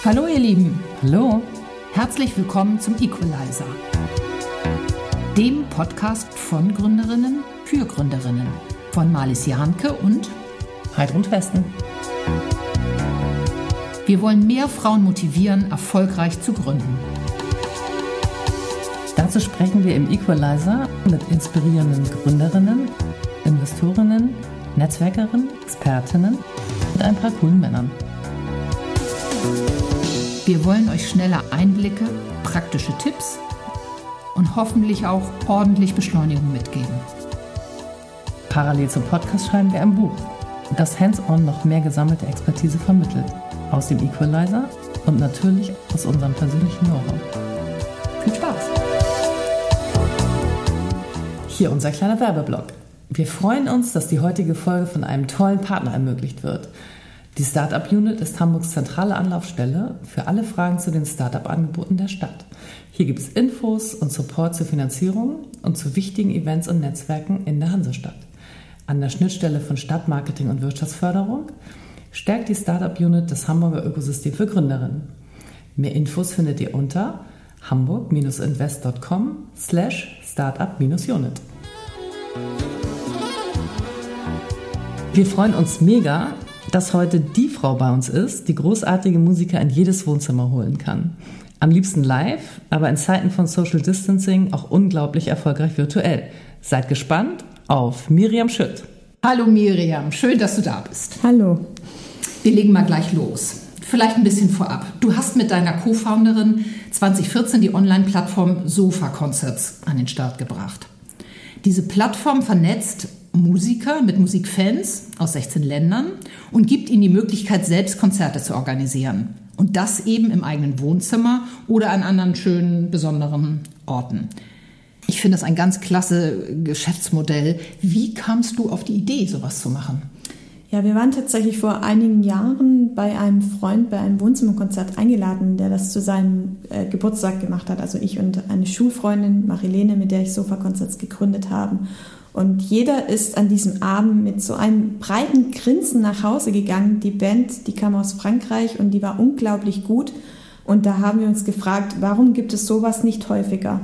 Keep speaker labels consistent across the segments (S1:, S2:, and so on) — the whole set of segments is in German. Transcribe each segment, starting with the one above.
S1: Hallo ihr Lieben,
S2: Hallo,
S1: herzlich willkommen zum Equalizer, dem Podcast von Gründerinnen für Gründerinnen von Marlies Jahnke und
S2: Heidrun Westen.
S1: wir wollen mehr Frauen motivieren, erfolgreich zu gründen.
S2: Dazu sprechen wir im Equalizer mit inspirierenden Gründerinnen, Investorinnen, Netzwerkerinnen, Expertinnen und ein paar coolen Männern.
S1: Wir wollen euch schnelle Einblicke, praktische Tipps und hoffentlich auch ordentlich Beschleunigung mitgeben.
S2: Parallel zum Podcast schreiben wir ein Buch, das hands-on noch mehr gesammelte Expertise vermittelt. Aus dem Equalizer und natürlich aus unserem persönlichen Know-how. Viel Spaß! Hier unser kleiner Werbeblock. Wir freuen uns, dass die heutige Folge von einem tollen Partner ermöglicht wird. Die Startup Unit ist Hamburgs zentrale Anlaufstelle für alle Fragen zu den Startup-Angeboten der Stadt. Hier gibt es Infos und Support zur Finanzierung und zu wichtigen Events und Netzwerken in der Hansestadt. An der Schnittstelle von Stadtmarketing und Wirtschaftsförderung stärkt die Startup Unit das Hamburger Ökosystem für Gründerinnen. Mehr Infos findet ihr unter hamburg-invest.com/startup-unit. Wir freuen uns mega, dass heute die Frau bei uns ist, die großartige Musiker in jedes Wohnzimmer holen kann. Am liebsten live, aber in Zeiten von Social Distancing auch unglaublich erfolgreich virtuell. Seid gespannt auf Miriam Schütt.
S1: Hallo Miriam, schön, dass du da bist.
S3: Hallo.
S1: Wir legen mal gleich los. Vielleicht ein bisschen vorab. Du hast mit deiner Co-Founderin 2014 die Online-Plattform Sofa Concerts an den Start gebracht. Diese Plattform vernetzt Musiker mit Musikfans aus 16 Ländern und gibt ihnen die Möglichkeit, selbst Konzerte zu organisieren. Und das eben im eigenen Wohnzimmer oder an anderen schönen, besonderen Orten. Ich finde das ein ganz klasse Geschäftsmodell. Wie kamst du auf die Idee, sowas zu machen?
S3: Ja, wir waren tatsächlich vor einigen Jahren bei einem Freund bei einem Wohnzimmerkonzert eingeladen, der das zu seinem Geburtstag gemacht hat. Also ich und eine Schulfreundin, Marilene, mit der ich Sofa Concerts gegründet haben. Und jeder ist an diesem Abend mit so einem breiten Grinsen nach Hause gegangen. Die Band, die kam aus Frankreich und die war unglaublich gut. Und da haben wir uns gefragt, warum gibt es sowas nicht häufiger?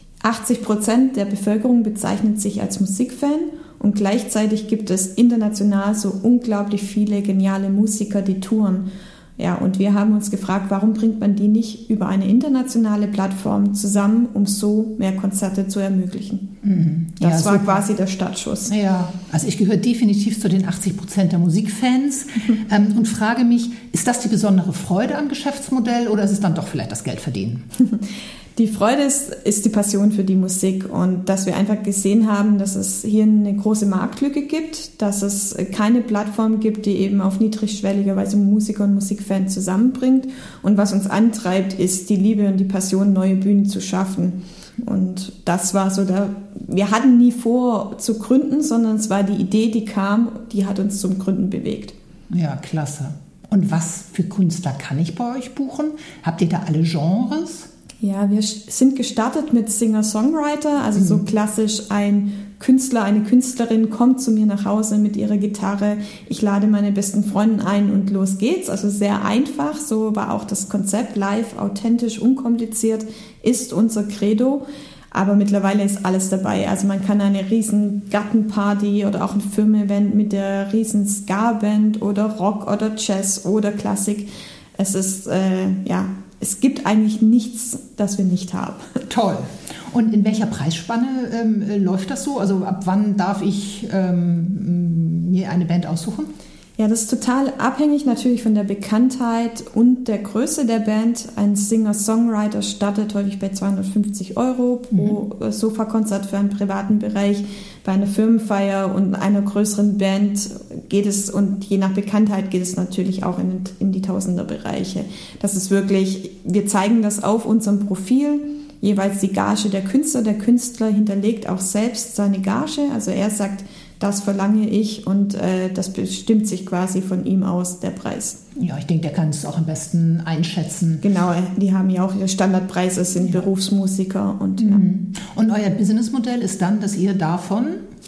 S3: 80% der Bevölkerung bezeichnet sich als Musikfan und gleichzeitig gibt es international so unglaublich viele geniale Musiker, die touren. Ja, und wir haben uns gefragt, warum bringt man die nicht über eine internationale Plattform zusammen, um so mehr Konzerte zu ermöglichen?
S1: Mhm.
S3: Das war quasi der Startschuss.
S1: Ja, also ich gehöre definitiv zu den 80% der Musikfans und frage mich, ist das die besondere Freude am Geschäftsmodell oder ist es dann doch vielleicht das Geldverdienen?
S3: Die Freude ist die Passion für die Musik und dass wir einfach gesehen haben, dass es hier eine große Marktlücke gibt, dass es keine Plattform gibt, die eben auf niedrigschwelliger Weise Musiker und Musikfans zusammenbringt. Und was uns antreibt, ist die Liebe und die Passion, neue Bühnen zu schaffen. Und das war so wir hatten nie vor zu gründen, sondern es war die Idee, die kam, die hat uns zum Gründen bewegt.
S1: Ja, klasse. Und was für Künstler kann ich bei euch buchen? Habt ihr da alle Genres?
S3: Ja, wir sind gestartet mit Singer-Songwriter, also so klassisch ein Künstler, eine Künstlerin kommt zu mir nach Hause mit ihrer Gitarre, ich lade meine besten Freunde ein und los geht's. Also sehr einfach, so war auch das Konzept, live, authentisch, unkompliziert, ist unser Credo. Aber mittlerweile ist alles dabei. Also man kann eine riesen Gartenparty oder auch ein Firmen-Event mit der riesen Ska-Band oder Rock oder Jazz oder Klassik. Es ist, es gibt eigentlich nichts, das wir nicht haben.
S1: Toll. Und in welcher Preisspanne läuft das so? Also ab wann darf ich mir eine Band aussuchen?
S3: Ja, das ist total abhängig natürlich von der Bekanntheit und der Größe der Band. Ein Singer-Songwriter startet häufig bei 250 € pro Sofa-Konzert für einen privaten Bereich. Bei einer Firmenfeier und einer größeren Band geht es, und je nach Bekanntheit geht es natürlich auch in die Tausenderbereiche. Das ist wirklich, wir zeigen das auf unserem Profil, jeweils die Gage der Künstler. Der Künstler hinterlegt auch selbst seine Gage, also er sagt, das verlange ich und das bestimmt sich quasi von ihm aus, der Preis.
S1: Ja, ich denke, der kann es auch am besten einschätzen.
S3: Genau, die haben ja auch ihre Standardpreise, sind Berufsmusiker. Und,
S1: Und euer Businessmodell ist dann, dass ihr davon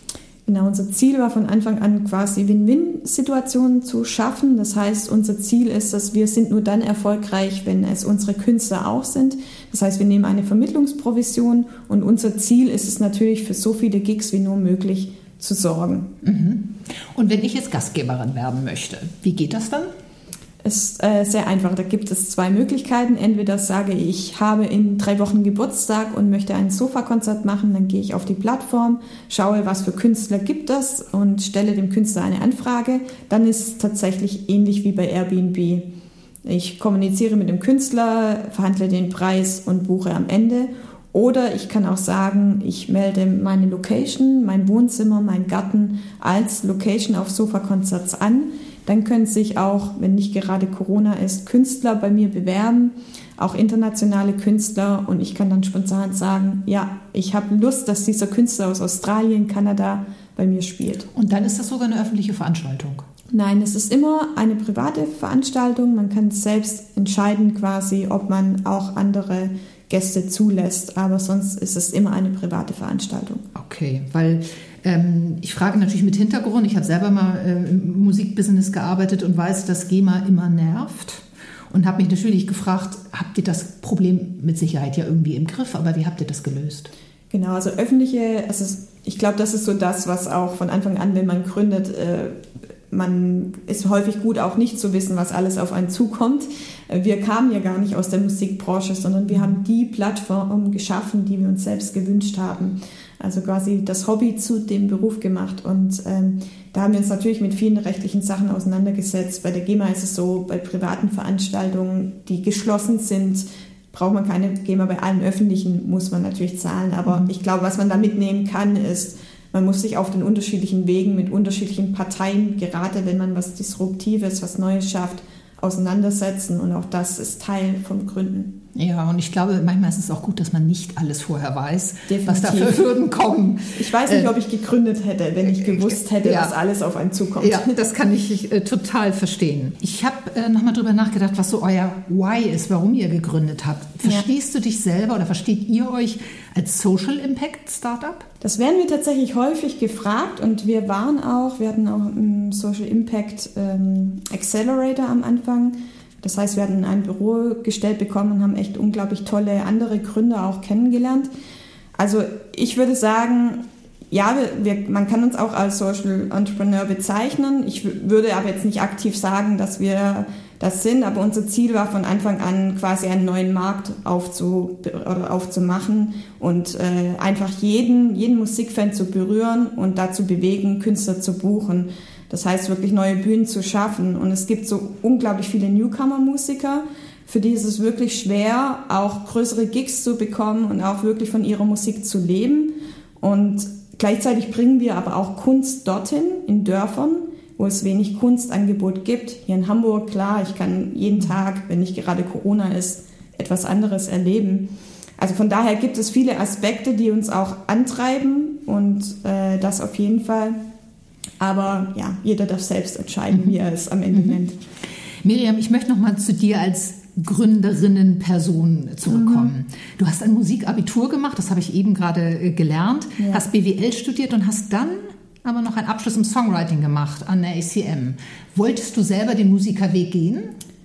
S3: Genau, unser Ziel war von Anfang an quasi Win-Win-Situationen zu schaffen. Das heißt, unser Ziel ist, dass wir sind nur dann erfolgreich, wenn es unsere Künstler auch sind. Das heißt, wir nehmen eine Vermittlungsprovision und unser Ziel ist es natürlich, für so viele Gigs wie nur möglich zu sorgen.
S1: Mhm. Und wenn ich jetzt Gastgeberin werden möchte, wie geht das dann?
S3: Es ist sehr einfach. Da gibt es 2 Möglichkeiten. Entweder sage ich, habe in 3 Wochen Geburtstag und möchte ein Sofakonzert machen, dann gehe ich auf die Plattform, schaue, was für Künstler gibt es und stelle dem Künstler eine Anfrage. Dann ist es tatsächlich ähnlich wie bei Airbnb. Ich kommuniziere mit dem Künstler, verhandle den Preis und buche am Ende. Oder ich kann auch sagen, ich melde meine Location, mein Wohnzimmer, meinen Garten als Location auf Sofakonzerts an. Dann können sich auch, wenn nicht gerade Corona ist, Künstler bei mir bewerben, auch internationale Künstler. Und ich kann dann spontan sagen, ja, ich habe Lust, dass dieser Künstler aus Australien, Kanada bei mir spielt.
S1: Und dann ist das sogar eine öffentliche Veranstaltung?
S3: Nein, es ist immer eine private Veranstaltung. Man kann selbst entscheiden quasi, ob man auch andere Gäste zulässt. Aber sonst ist es immer eine private Veranstaltung.
S1: Okay, weil ich frage natürlich mit Hintergrund. Ich habe selber mal im Musikbusiness gearbeitet und weiß, dass GEMA immer nervt. Und habe mich natürlich gefragt, habt ihr das Problem mit Sicherheit ja irgendwie im Griff, aber wie habt ihr das gelöst?
S3: Genau, also ich glaube, das ist so das, was auch von Anfang an, wenn man gründet, man ist häufig gut auch nicht zu wissen, was alles auf einen zukommt. Wir kamen ja gar nicht aus der Musikbranche, sondern wir haben die Plattform geschaffen, die wir uns selbst gewünscht haben. Also quasi das Hobby zu dem Beruf gemacht. Und da haben wir uns natürlich mit vielen rechtlichen Sachen auseinandergesetzt. Bei der GEMA ist es so, bei privaten Veranstaltungen, die geschlossen sind, braucht man keine GEMA. Bei allen öffentlichen muss man natürlich zahlen. Aber ich glaube, was man da mitnehmen kann, ist, man muss sich auf den unterschiedlichen Wegen mit unterschiedlichen Parteien, gerade wenn man was Disruptives, was Neues schafft, auseinandersetzen. Und auch das ist Teil vom Gründen.
S1: Ja, und ich glaube, manchmal ist es auch gut, dass man nicht alles vorher weiß,
S3: Definitiv.
S1: was da für Hürden kommen.
S3: Ich weiß nicht, ob ich gegründet hätte, wenn ich gewusst hätte, was alles auf einen zukommt.
S1: Ja, das kann ich total verstehen. Ich habe nochmal drüber nachgedacht, was so euer Why ist, warum ihr gegründet habt. Verstehst du dich selber oder versteht ihr euch als Social Impact Startup?
S3: Das werden wir tatsächlich häufig gefragt und wir hatten auch einen Social Impact Accelerator am Anfang. Das heißt, wir hatten ein Büro gestellt bekommen und haben echt unglaublich tolle andere Gründer auch kennengelernt. Also ich würde sagen, ja, man kann uns auch als Social Entrepreneur bezeichnen. Ich würde aber jetzt nicht aktiv sagen, dass wir das sind, aber unser Ziel war von Anfang an quasi einen neuen Markt aufzumachen und einfach jeden Musikfan zu berühren und dazu bewegen, Künstler zu buchen. Das heißt, wirklich neue Bühnen zu schaffen. Und es gibt so unglaublich viele Newcomer-Musiker, für die ist es wirklich schwer, auch größere Gigs zu bekommen und auch wirklich von ihrer Musik zu leben. Und gleichzeitig bringen wir aber auch Kunst dorthin, in Dörfern, wo es wenig Kunstangebot gibt. Hier in Hamburg, klar, ich kann jeden Tag, wenn nicht gerade Corona ist, etwas anderes erleben. Also von daher gibt es viele Aspekte, die uns auch antreiben und das auf jeden Fall. Aber ja, jeder darf selbst entscheiden, wie er es am Ende nennt.
S1: Miriam, ich möchte noch mal zu dir als Gründerinnen-Person zurückkommen. Du hast ein Musikabitur gemacht, das habe ich eben gerade gelernt, hast BWL studiert und hast dann aber noch einen Abschluss im Songwriting gemacht an der ACM. Wolltest du selber den Musikerweg gehen?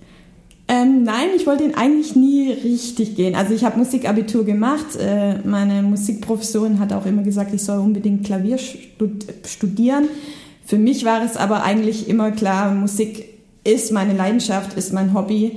S3: Nein, ich wollte ihn eigentlich nie richtig gehen. Also ich habe Musikabitur gemacht. Meine Musikprofessorin hat auch immer gesagt, ich soll unbedingt Klavier studieren. Für mich war es aber eigentlich immer klar, Musik ist meine Leidenschaft, ist mein Hobby.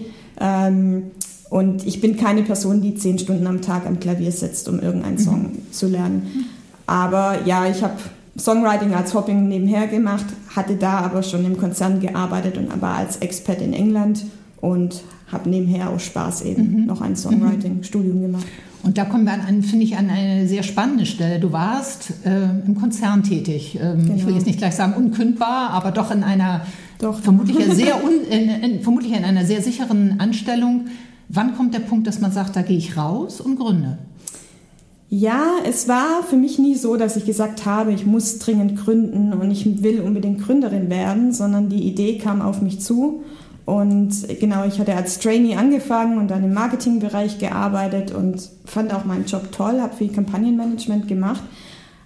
S3: Und ich bin keine Person, die 10 Stunden am Tag am Klavier sitzt, um irgendeinen Song zu lernen. Aber ja, ich habe Songwriting als Hobby nebenher gemacht, hatte da aber schon im Konzern gearbeitet und war als Expat in England und habe nebenher aus Spaß eben noch ein Songwriting-Studium gemacht. Und
S1: da kommen wir an eine sehr spannende Stelle. Du warst im Konzern tätig. Genau. Ich will jetzt nicht gleich sagen unkündbar, aber doch in einer vermutlich in einer sehr sicheren Anstellung. Wann kommt der Punkt, dass man sagt, da gehe ich raus und gründe?
S3: Ja, es war für mich nie so, dass ich gesagt habe, ich muss dringend gründen und ich will unbedingt Gründerin werden, sondern die Idee kam auf mich zu. Und genau, ich hatte als Trainee angefangen und dann im Marketingbereich gearbeitet und fand auch meinen Job toll, habe viel Kampagnenmanagement gemacht.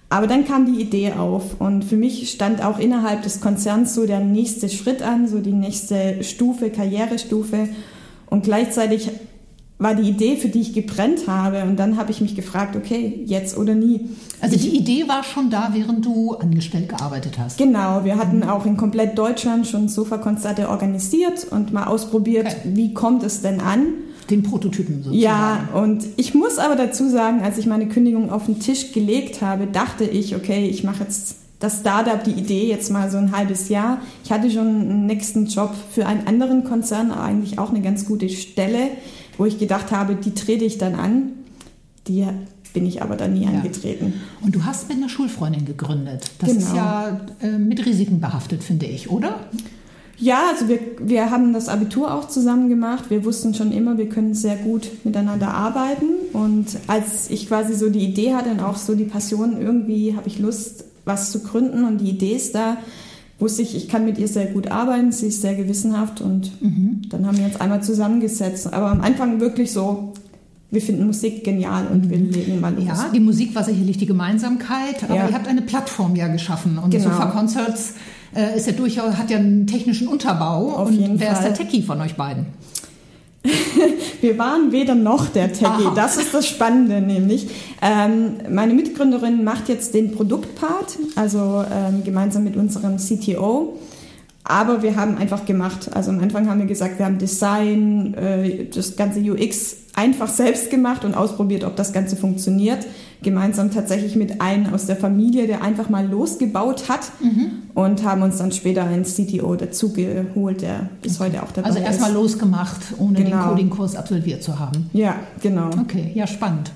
S3: Aber dann kam die Idee auf und für mich stand auch innerhalb des Konzerns so der nächste Schritt an, so die nächste Stufe, Karrierestufe. Und gleichzeitig war die Idee, für die ich gebrannt habe. Und dann habe ich mich gefragt, okay, jetzt oder nie.
S1: Also die Idee war schon da, während du angestellt gearbeitet hast?
S3: Genau, wir hatten auch in komplett Deutschland schon Sofakonzerte organisiert und mal ausprobiert, wie kommt es denn an?
S1: Den Prototypen sozusagen.
S3: Ja, und ich muss aber dazu sagen, als ich meine Kündigung auf den Tisch gelegt habe, dachte ich, okay, ich mache jetzt das Startup, die Idee jetzt mal so ein halbes Jahr. Ich hatte schon einen nächsten Job für einen anderen Konzern, eigentlich auch eine ganz gute Stelle, wo ich gedacht habe, die trete ich dann an. Die bin ich aber dann nie angetreten.
S1: Und du hast mit einer Schulfreundin gegründet. Das ist ja mit Risiken behaftet, finde ich, oder?
S3: Ja, also wir haben das Abitur auch zusammen gemacht. Wir wussten schon immer, wir können sehr gut miteinander arbeiten. Und als ich quasi so die Idee hatte und auch so die Passion, irgendwie habe ich Lust, was zu gründen und die Idee ist da, wusste ich kann mit ihr sehr gut arbeiten, sie ist sehr gewissenhaft und dann haben wir uns einmal zusammengesetzt. Aber am Anfang wirklich so, wir finden Musik genial und wir legen mal los.
S1: Ja, die Musik war sicherlich die Gemeinsamkeit, aber ihr habt eine Plattform ja geschaffen und Sofa Concerts ist ja durchaus, hat ja einen technischen Unterbau.
S3: Auf jeden
S1: wer
S3: Fall.
S1: ist der Techie von euch beiden?
S3: Wir waren weder noch der Techie. Das ist das Spannende nämlich. Meine Mitgründerin macht jetzt den Produktpart, also gemeinsam mit unserem CTO. Aber wir haben einfach gemacht. Also am Anfang haben wir gesagt, wir haben Design, das ganze UX einfach selbst gemacht und ausprobiert, ob das Ganze funktioniert. Gemeinsam tatsächlich mit einem aus der Familie, der einfach mal losgebaut hat und haben uns dann später einen CTO dazugeholt, der bis heute auch dabei ist.
S1: Also erstmal losgemacht, ohne den Coding-Kurs absolviert zu haben.
S3: Ja, genau.
S1: Okay, ja, spannend.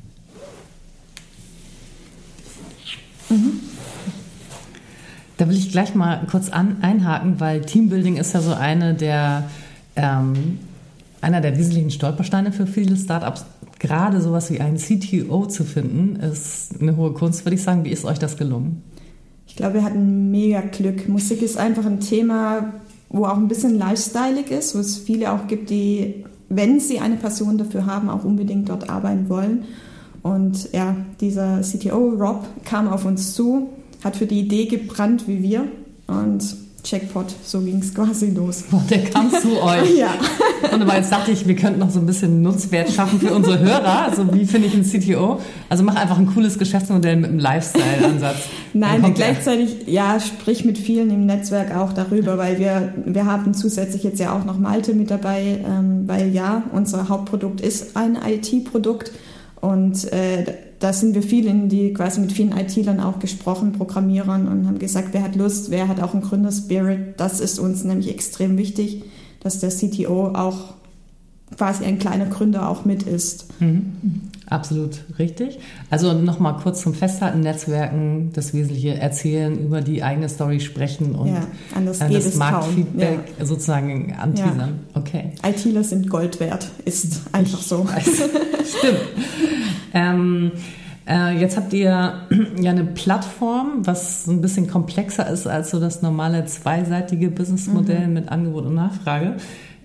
S2: Da will ich gleich mal kurz einhaken, weil Teambuilding ist ja so einer der wesentlichen Stolpersteine für viele Startups. Gerade sowas wie einen CTO zu finden, ist eine hohe Kunst, würde ich sagen. Wie ist euch das gelungen?
S3: Ich glaube, wir hatten mega Glück. Musik ist einfach ein Thema, wo auch ein bisschen lifestyleig ist, wo es viele auch gibt, die, wenn sie eine Passion dafür haben, auch unbedingt dort arbeiten wollen. Und ja, dieser CTO, Rob, kam auf uns zu, hat für die Idee gebrannt wie wir und Jackpot, so ging es quasi los.
S2: Der kam zu euch.
S3: Ja.
S2: Wunderbar, jetzt dachte ich, wir könnten noch so ein bisschen Nutzwert schaffen für unsere Hörer. Also wie finde ich einen CTO? Also mach einfach ein cooles Geschäftsmodell mit einem Lifestyle-Ansatz.
S3: Nein, gleichzeitig, sprich mit vielen im Netzwerk auch darüber, weil wir haben zusätzlich jetzt ja auch noch Malte mit dabei, weil unser Hauptprodukt ist ein IT-Produkt und da sind wir quasi mit vielen IT-Lern auch gesprochen, Programmierern und haben gesagt, wer hat Lust, wer hat auch einen Gründerspirit. Das ist uns nämlich extrem wichtig, dass der CTO auch quasi ein kleiner Gründer auch mit ist.
S2: Absolut richtig. Also nochmal kurz zum Festhalten, Netzwerken, das Wesentliche erzählen, über die eigene Story sprechen und das Marktfeedback sozusagen anteasern. Ja. Okay.
S3: ITler sind Gold wert, ist einfach so.
S2: Stimmt. Jetzt habt ihr ja eine Plattform, was so ein bisschen komplexer ist als so das normale zweiseitige Businessmodell mit Angebot und Nachfrage.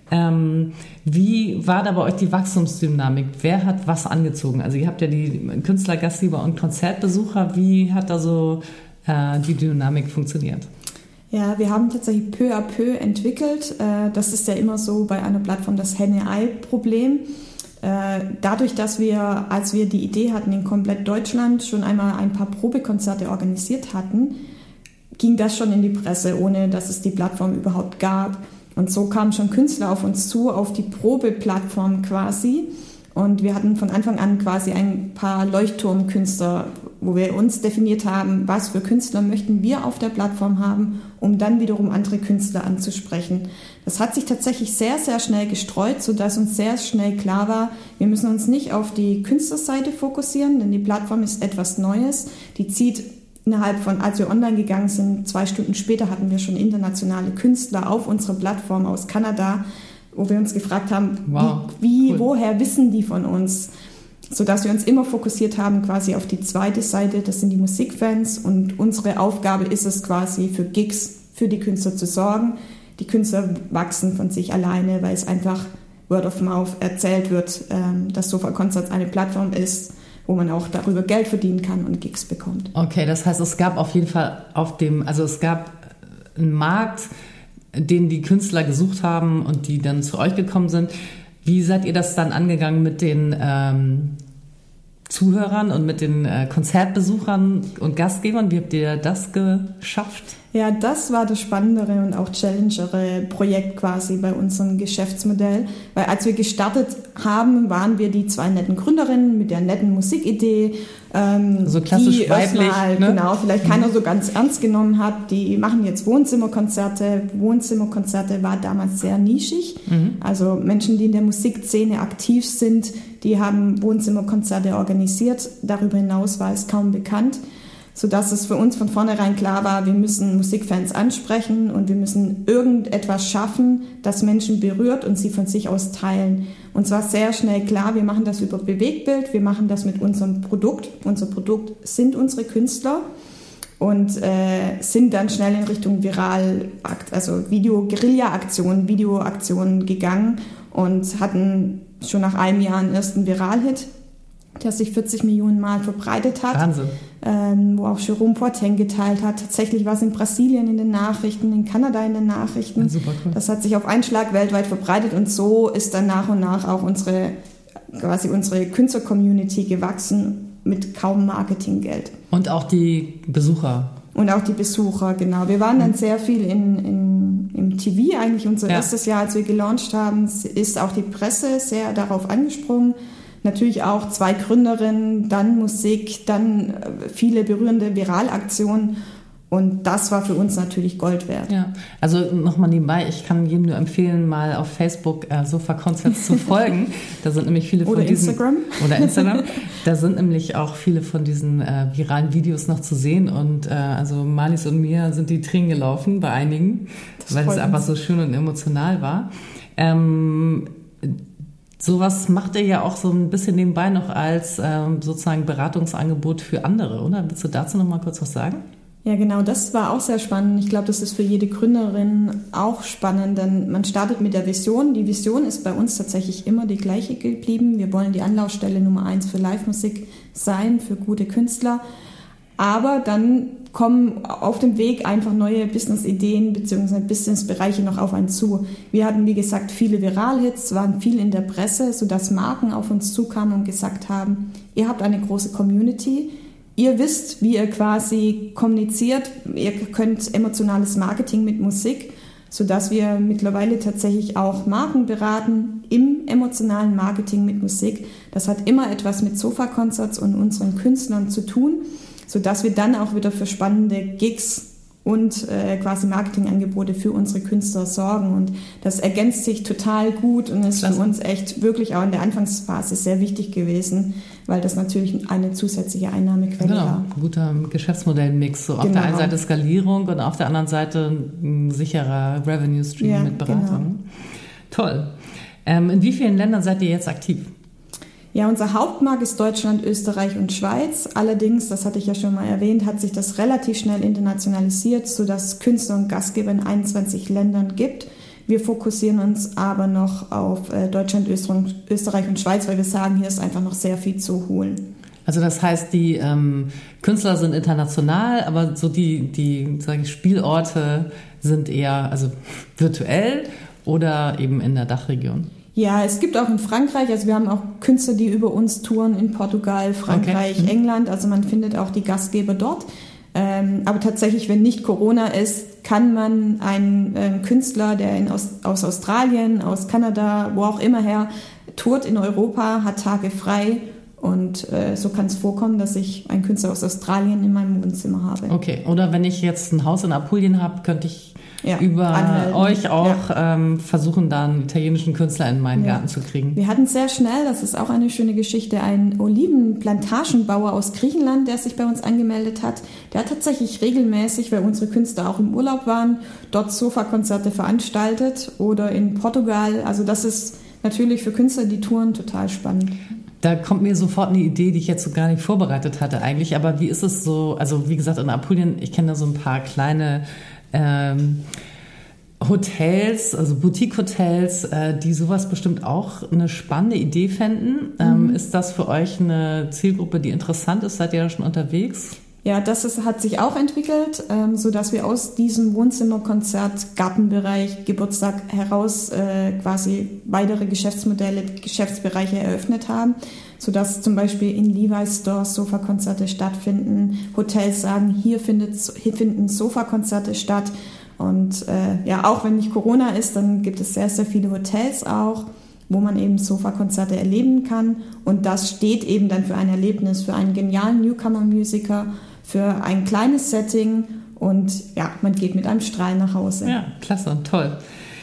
S2: Wie war da bei euch die Wachstumsdynamik? Wer hat was angezogen? Also ihr habt ja die Künstlergastgeber und Konzertbesucher. Wie hat da so die Dynamik funktioniert?
S3: Ja, wir haben tatsächlich peu à peu entwickelt. Das ist ja immer so bei einer Plattform das Henne-Ei-Problem. Dadurch, dass wir, als wir die Idee hatten, in komplett Deutschland schon einmal ein paar Probekonzerte organisiert hatten, ging das schon in die Presse, ohne dass es die Plattform überhaupt gab. Und so kamen schon Künstler auf uns zu, auf die Probeplattform quasi. Und wir hatten von Anfang an quasi ein paar Leuchtturmkünstler, wo wir uns definiert haben, was für Künstler möchten wir auf der Plattform haben, um dann wiederum andere Künstler anzusprechen. Das hat sich tatsächlich sehr, sehr schnell gestreut, sodass uns sehr schnell klar war, wir müssen uns nicht auf die Künstlerseite fokussieren, denn die Plattform ist etwas Neues. Die zieht innerhalb von, als wir online gegangen sind, 2 Stunden später hatten wir schon internationale Künstler auf unserer Plattform aus Kanada, wo wir uns gefragt haben, woher wissen die von uns? Sodass wir uns immer fokussiert haben quasi auf die zweite Seite, das sind die Musikfans und unsere Aufgabe ist es quasi für Gigs, für die Künstler zu sorgen. Die Künstler wachsen von sich alleine, weil es einfach Word of Mouth erzählt wird, dass Sofa Concerts eine Plattform ist, wo man auch darüber Geld verdienen kann und Gigs bekommt.
S2: Okay, das heißt, es gab auf jeden Fall es gab einen Markt, den die Künstler gesucht haben und die dann zu euch gekommen sind. Wie seid ihr das dann angegangen mit den Zuhörern und mit den Konzertbesuchern und Gastgebern? Wie habt ihr das geschafft?
S3: Ja, das war das spannendere und auch challengere Projekt quasi bei unserem Geschäftsmodell. Weil als wir gestartet haben, waren wir die 2 netten Gründerinnen mit der netten Musikidee.
S2: So klassisch weiblich. Ne?
S3: Genau, vielleicht keiner so ganz ernst genommen hat. Die machen jetzt Wohnzimmerkonzerte. Wohnzimmerkonzerte war damals sehr nischig. Also Menschen, die in der Musikszene aktiv sind, die haben Wohnzimmerkonzerte organisiert. Darüber hinaus war es kaum bekannt, sodass es für uns von vornherein klar war, wir müssen Musikfans ansprechen und wir müssen irgendetwas schaffen, das Menschen berührt und sie von sich aus teilen. Und zwar sehr schnell klar, wir machen das über Bewegtbild, wir machen das mit unserem Produkt. Unser Produkt sind unsere Künstler und sind dann schnell in Richtung Videoaktionen gegangen und hatten schon nach einem Jahr einen ersten Viralhit, der sich 40 Millionen Mal verbreitet hat.
S2: Wahnsinn.
S3: Wo auch Jerome Boateng geteilt hat. Tatsächlich war es in Brasilien in den Nachrichten, in Kanada in den Nachrichten.
S2: Ja, super cool.
S3: Das hat sich auf einen Schlag weltweit verbreitet und so ist dann nach und nach auch unsere Künstler-Community gewachsen mit kaum Marketinggeld.
S2: Und auch die Besucher.
S3: Und auch die Besucher, genau. Wir waren dann sehr viel im TV, eigentlich unser erstes Jahr, als wir gelauncht haben, ist auch die Presse sehr darauf angesprungen. Natürlich auch 2 Gründerinnen, dann Musik, dann viele berührende Viralaktionen. Und das war für uns natürlich Gold wert.
S2: Ja, also nochmal nebenbei, ich kann jedem nur empfehlen, mal auf Facebook Sofa-Concerts zu folgen. Da sind nämlich viele von diesen... Oder Instagram. Da sind nämlich auch viele von diesen viralen Videos noch zu sehen. Und also Marlies und mir sind die Tränen gelaufen bei einigen, weil es einfach so schön und emotional war. Sowas macht ihr ja auch so ein bisschen nebenbei noch als sozusagen Beratungsangebot für andere, oder? Willst du dazu noch mal kurz was sagen?
S3: Ja, genau, das war auch sehr spannend. Ich glaube, das ist für jede Gründerin auch spannend, denn man startet mit der Vision. Die Vision ist bei uns tatsächlich immer die gleiche geblieben. Wir wollen die Anlaufstelle Nummer 1 für Live-Musik sein, für gute Künstler. Aber dann kommen auf dem Weg einfach neue Business-Ideen bzw. Business-Bereiche noch auf einen zu. Wir hatten, wie gesagt, viele Viralhits, waren viel in der Presse, sodass Marken auf uns zukamen und gesagt haben, ihr habt eine große Community, ihr wisst, wie ihr quasi kommuniziert, ihr könnt emotionales Marketing mit Musik, sodass wir mittlerweile tatsächlich auch Marken beraten im emotionalen Marketing mit Musik. Das hat immer etwas mit Sofa-Concerts und unseren Künstlern zu tun, sodass wir dann auch wieder für spannende Gigs und quasi Marketingangebote für unsere Künstler sorgen. Und das ergänzt sich total gut und ist für uns echt wirklich auch in der Anfangsphase sehr wichtig gewesen, weil das natürlich eine zusätzliche Einnahmequelle war.
S2: Ein guter Geschäftsmodellmix. So auf der einen Seite Skalierung und auf der anderen Seite ein sicherer Revenue-Stream mit Beratung. Genau. Toll. In wie vielen Ländern seid ihr jetzt aktiv?
S3: Ja, unser Hauptmarkt ist Deutschland, Österreich und Schweiz. Allerdings, das hatte ich ja schon mal erwähnt, hat sich das relativ schnell internationalisiert, sodass Künstler und Gastgeber in 21 Ländern gibt. Wir fokussieren uns aber noch auf Deutschland, Österreich und Schweiz, weil wir sagen, hier ist einfach noch sehr viel zu holen.
S2: Also das heißt, die Künstler sind international, aber so die sage ich, Spielorte sind eher also virtuell oder eben in der Dachregion?
S3: Ja, es gibt auch in Frankreich, also wir haben auch Künstler, die über uns touren in Portugal, Frankreich, England, also man findet auch die Gastgeber dort. Aber tatsächlich, wenn nicht Corona ist, kann man einen Künstler, der aus Australien, aus Kanada, wo auch immer her, tourt in Europa, hat Tage frei. Und so kann es vorkommen, dass ich einen Künstler aus Australien in meinem Wohnzimmer habe.
S2: Okay, oder wenn ich jetzt ein Haus in Apulien habe, könnte ich über euch auch versuchen, da einen italienischen Künstler in meinen Garten zu kriegen.
S3: Wir hatten sehr schnell, das ist auch eine schöne Geschichte, einen Olivenplantagenbauer aus Griechenland, der sich bei uns angemeldet hat. Der hat tatsächlich regelmäßig, weil unsere Künstler auch im Urlaub waren, dort Sofa-Konzerte veranstaltet oder in Portugal. Also das ist natürlich für Künstler, die touren, total spannend.
S2: Da kommt mir sofort eine Idee, die ich jetzt so gar nicht vorbereitet hatte eigentlich. Aber wie ist es so, also wie gesagt, in Apulien, ich kenne da so ein paar kleine Hotels, also Boutique-Hotels, die sowas bestimmt auch eine spannende Idee fänden. Ist das für euch eine Zielgruppe, die interessant ist? Seid ihr da schon unterwegs?
S3: Ja, hat sich auch entwickelt, so dass wir aus diesem Wohnzimmerkonzert, Gartenbereich, Geburtstag heraus quasi weitere Geschäftsmodelle, Geschäftsbereiche eröffnet haben, so dass zum Beispiel in Levi's Stores Sofakonzerte stattfinden. Hotels sagen, hier finden Sofakonzerte statt. Und auch wenn nicht Corona ist, dann gibt es sehr, sehr viele Hotels auch, wo man eben Sofakonzerte erleben kann. Und das steht eben dann für ein Erlebnis, für einen genialen Newcomer-Musiker, für ein kleines Setting. Und ja, man geht mit einem Strahl nach Hause.
S2: Ja, klasse, toll.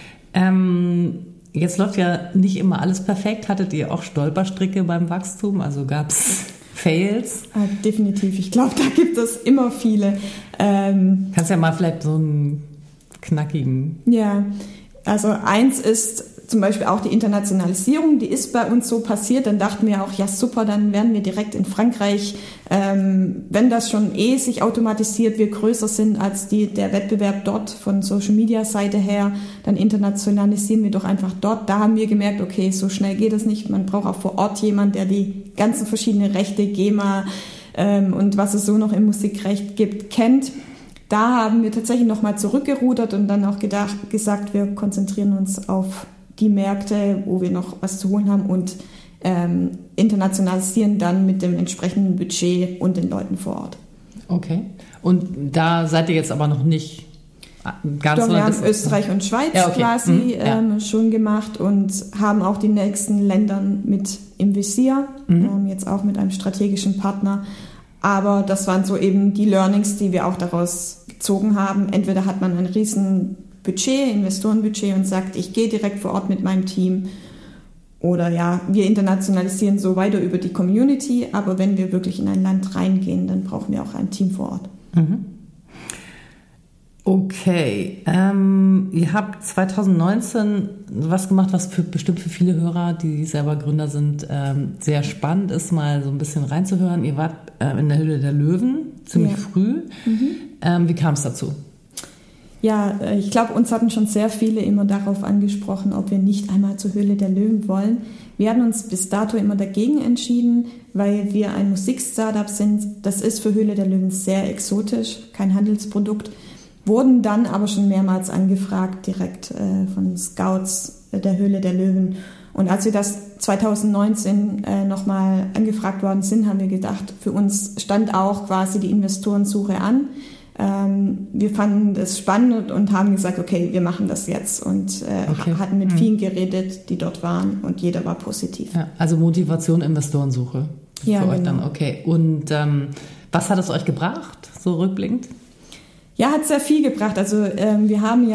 S2: Jetzt läuft ja nicht immer alles perfekt. Hattet ihr auch Stolperstricke beim Wachstum? Also gab es Fails?
S3: Definitiv. Ich glaube, da gibt es immer viele.
S2: Kannst ja mal vielleicht so einen knackigen...
S3: Ja, also eins ist zum Beispiel auch die Internationalisierung, die ist bei uns so passiert, dann dachten wir auch, ja super, dann werden wir direkt in Frankreich, wenn das schon sich automatisiert, wir größer sind als der Wettbewerb dort von Social-Media-Seite her, dann internationalisieren wir doch einfach dort. Da haben wir gemerkt, okay, so schnell geht es nicht, man braucht auch vor Ort jemanden, der die ganzen verschiedenen Rechte, GEMA und was es so noch im Musikrecht gibt, kennt. Da haben wir tatsächlich nochmal zurückgerudert und dann auch gesagt, wir konzentrieren uns auf die Märkte, wo wir noch was zu holen haben und internationalisieren dann mit dem entsprechenden Budget und den Leuten vor Ort.
S2: Okay. Und da seid ihr jetzt aber noch nicht ganz...
S3: Doch, wir haben Österreich und Schweiz quasi schon gemacht und haben auch die nächsten Länder mit im Visier, jetzt auch mit einem strategischen Partner. Aber das waren so eben die Learnings, die wir auch daraus gezogen haben. Entweder hat man ein riesen Budget, Investorenbudget und sagt, ich gehe direkt vor Ort mit meinem Team. Oder ja, wir internationalisieren so weiter über die Community. Aber wenn wir wirklich in ein Land reingehen, dann brauchen wir auch ein Team vor Ort.
S2: Okay. Ihr habt 2019 was gemacht, was bestimmt für viele Hörer, die selber Gründer sind, sehr spannend ist, mal so ein bisschen reinzuhören. Ihr wart in der Höhle der Löwen, ziemlich früh. Wie kam es dazu?
S3: Ja, ich glaube, uns hatten schon sehr viele immer darauf angesprochen, ob wir nicht einmal zur Höhle der Löwen wollen. Wir hatten uns bis dato immer dagegen entschieden, weil wir ein Musik-Startup sind. Das ist für Höhle der Löwen sehr exotisch, kein Handelsprodukt. Wurden dann aber schon mehrmals angefragt, direkt von Scouts der Höhle der Löwen. Und als wir das 2019 nochmal angefragt worden sind, haben wir gedacht, für uns stand auch quasi die Investorensuche an. Wir fanden das spannend und haben gesagt, okay, wir machen das jetzt und hatten mit vielen geredet, die dort waren und jeder war positiv.
S2: Ja, also Motivation, Investorensuche für euch dann, okay. Und was hat es euch gebracht, so rückblickend?
S3: Ja, hat sehr viel gebracht. Also wir hatten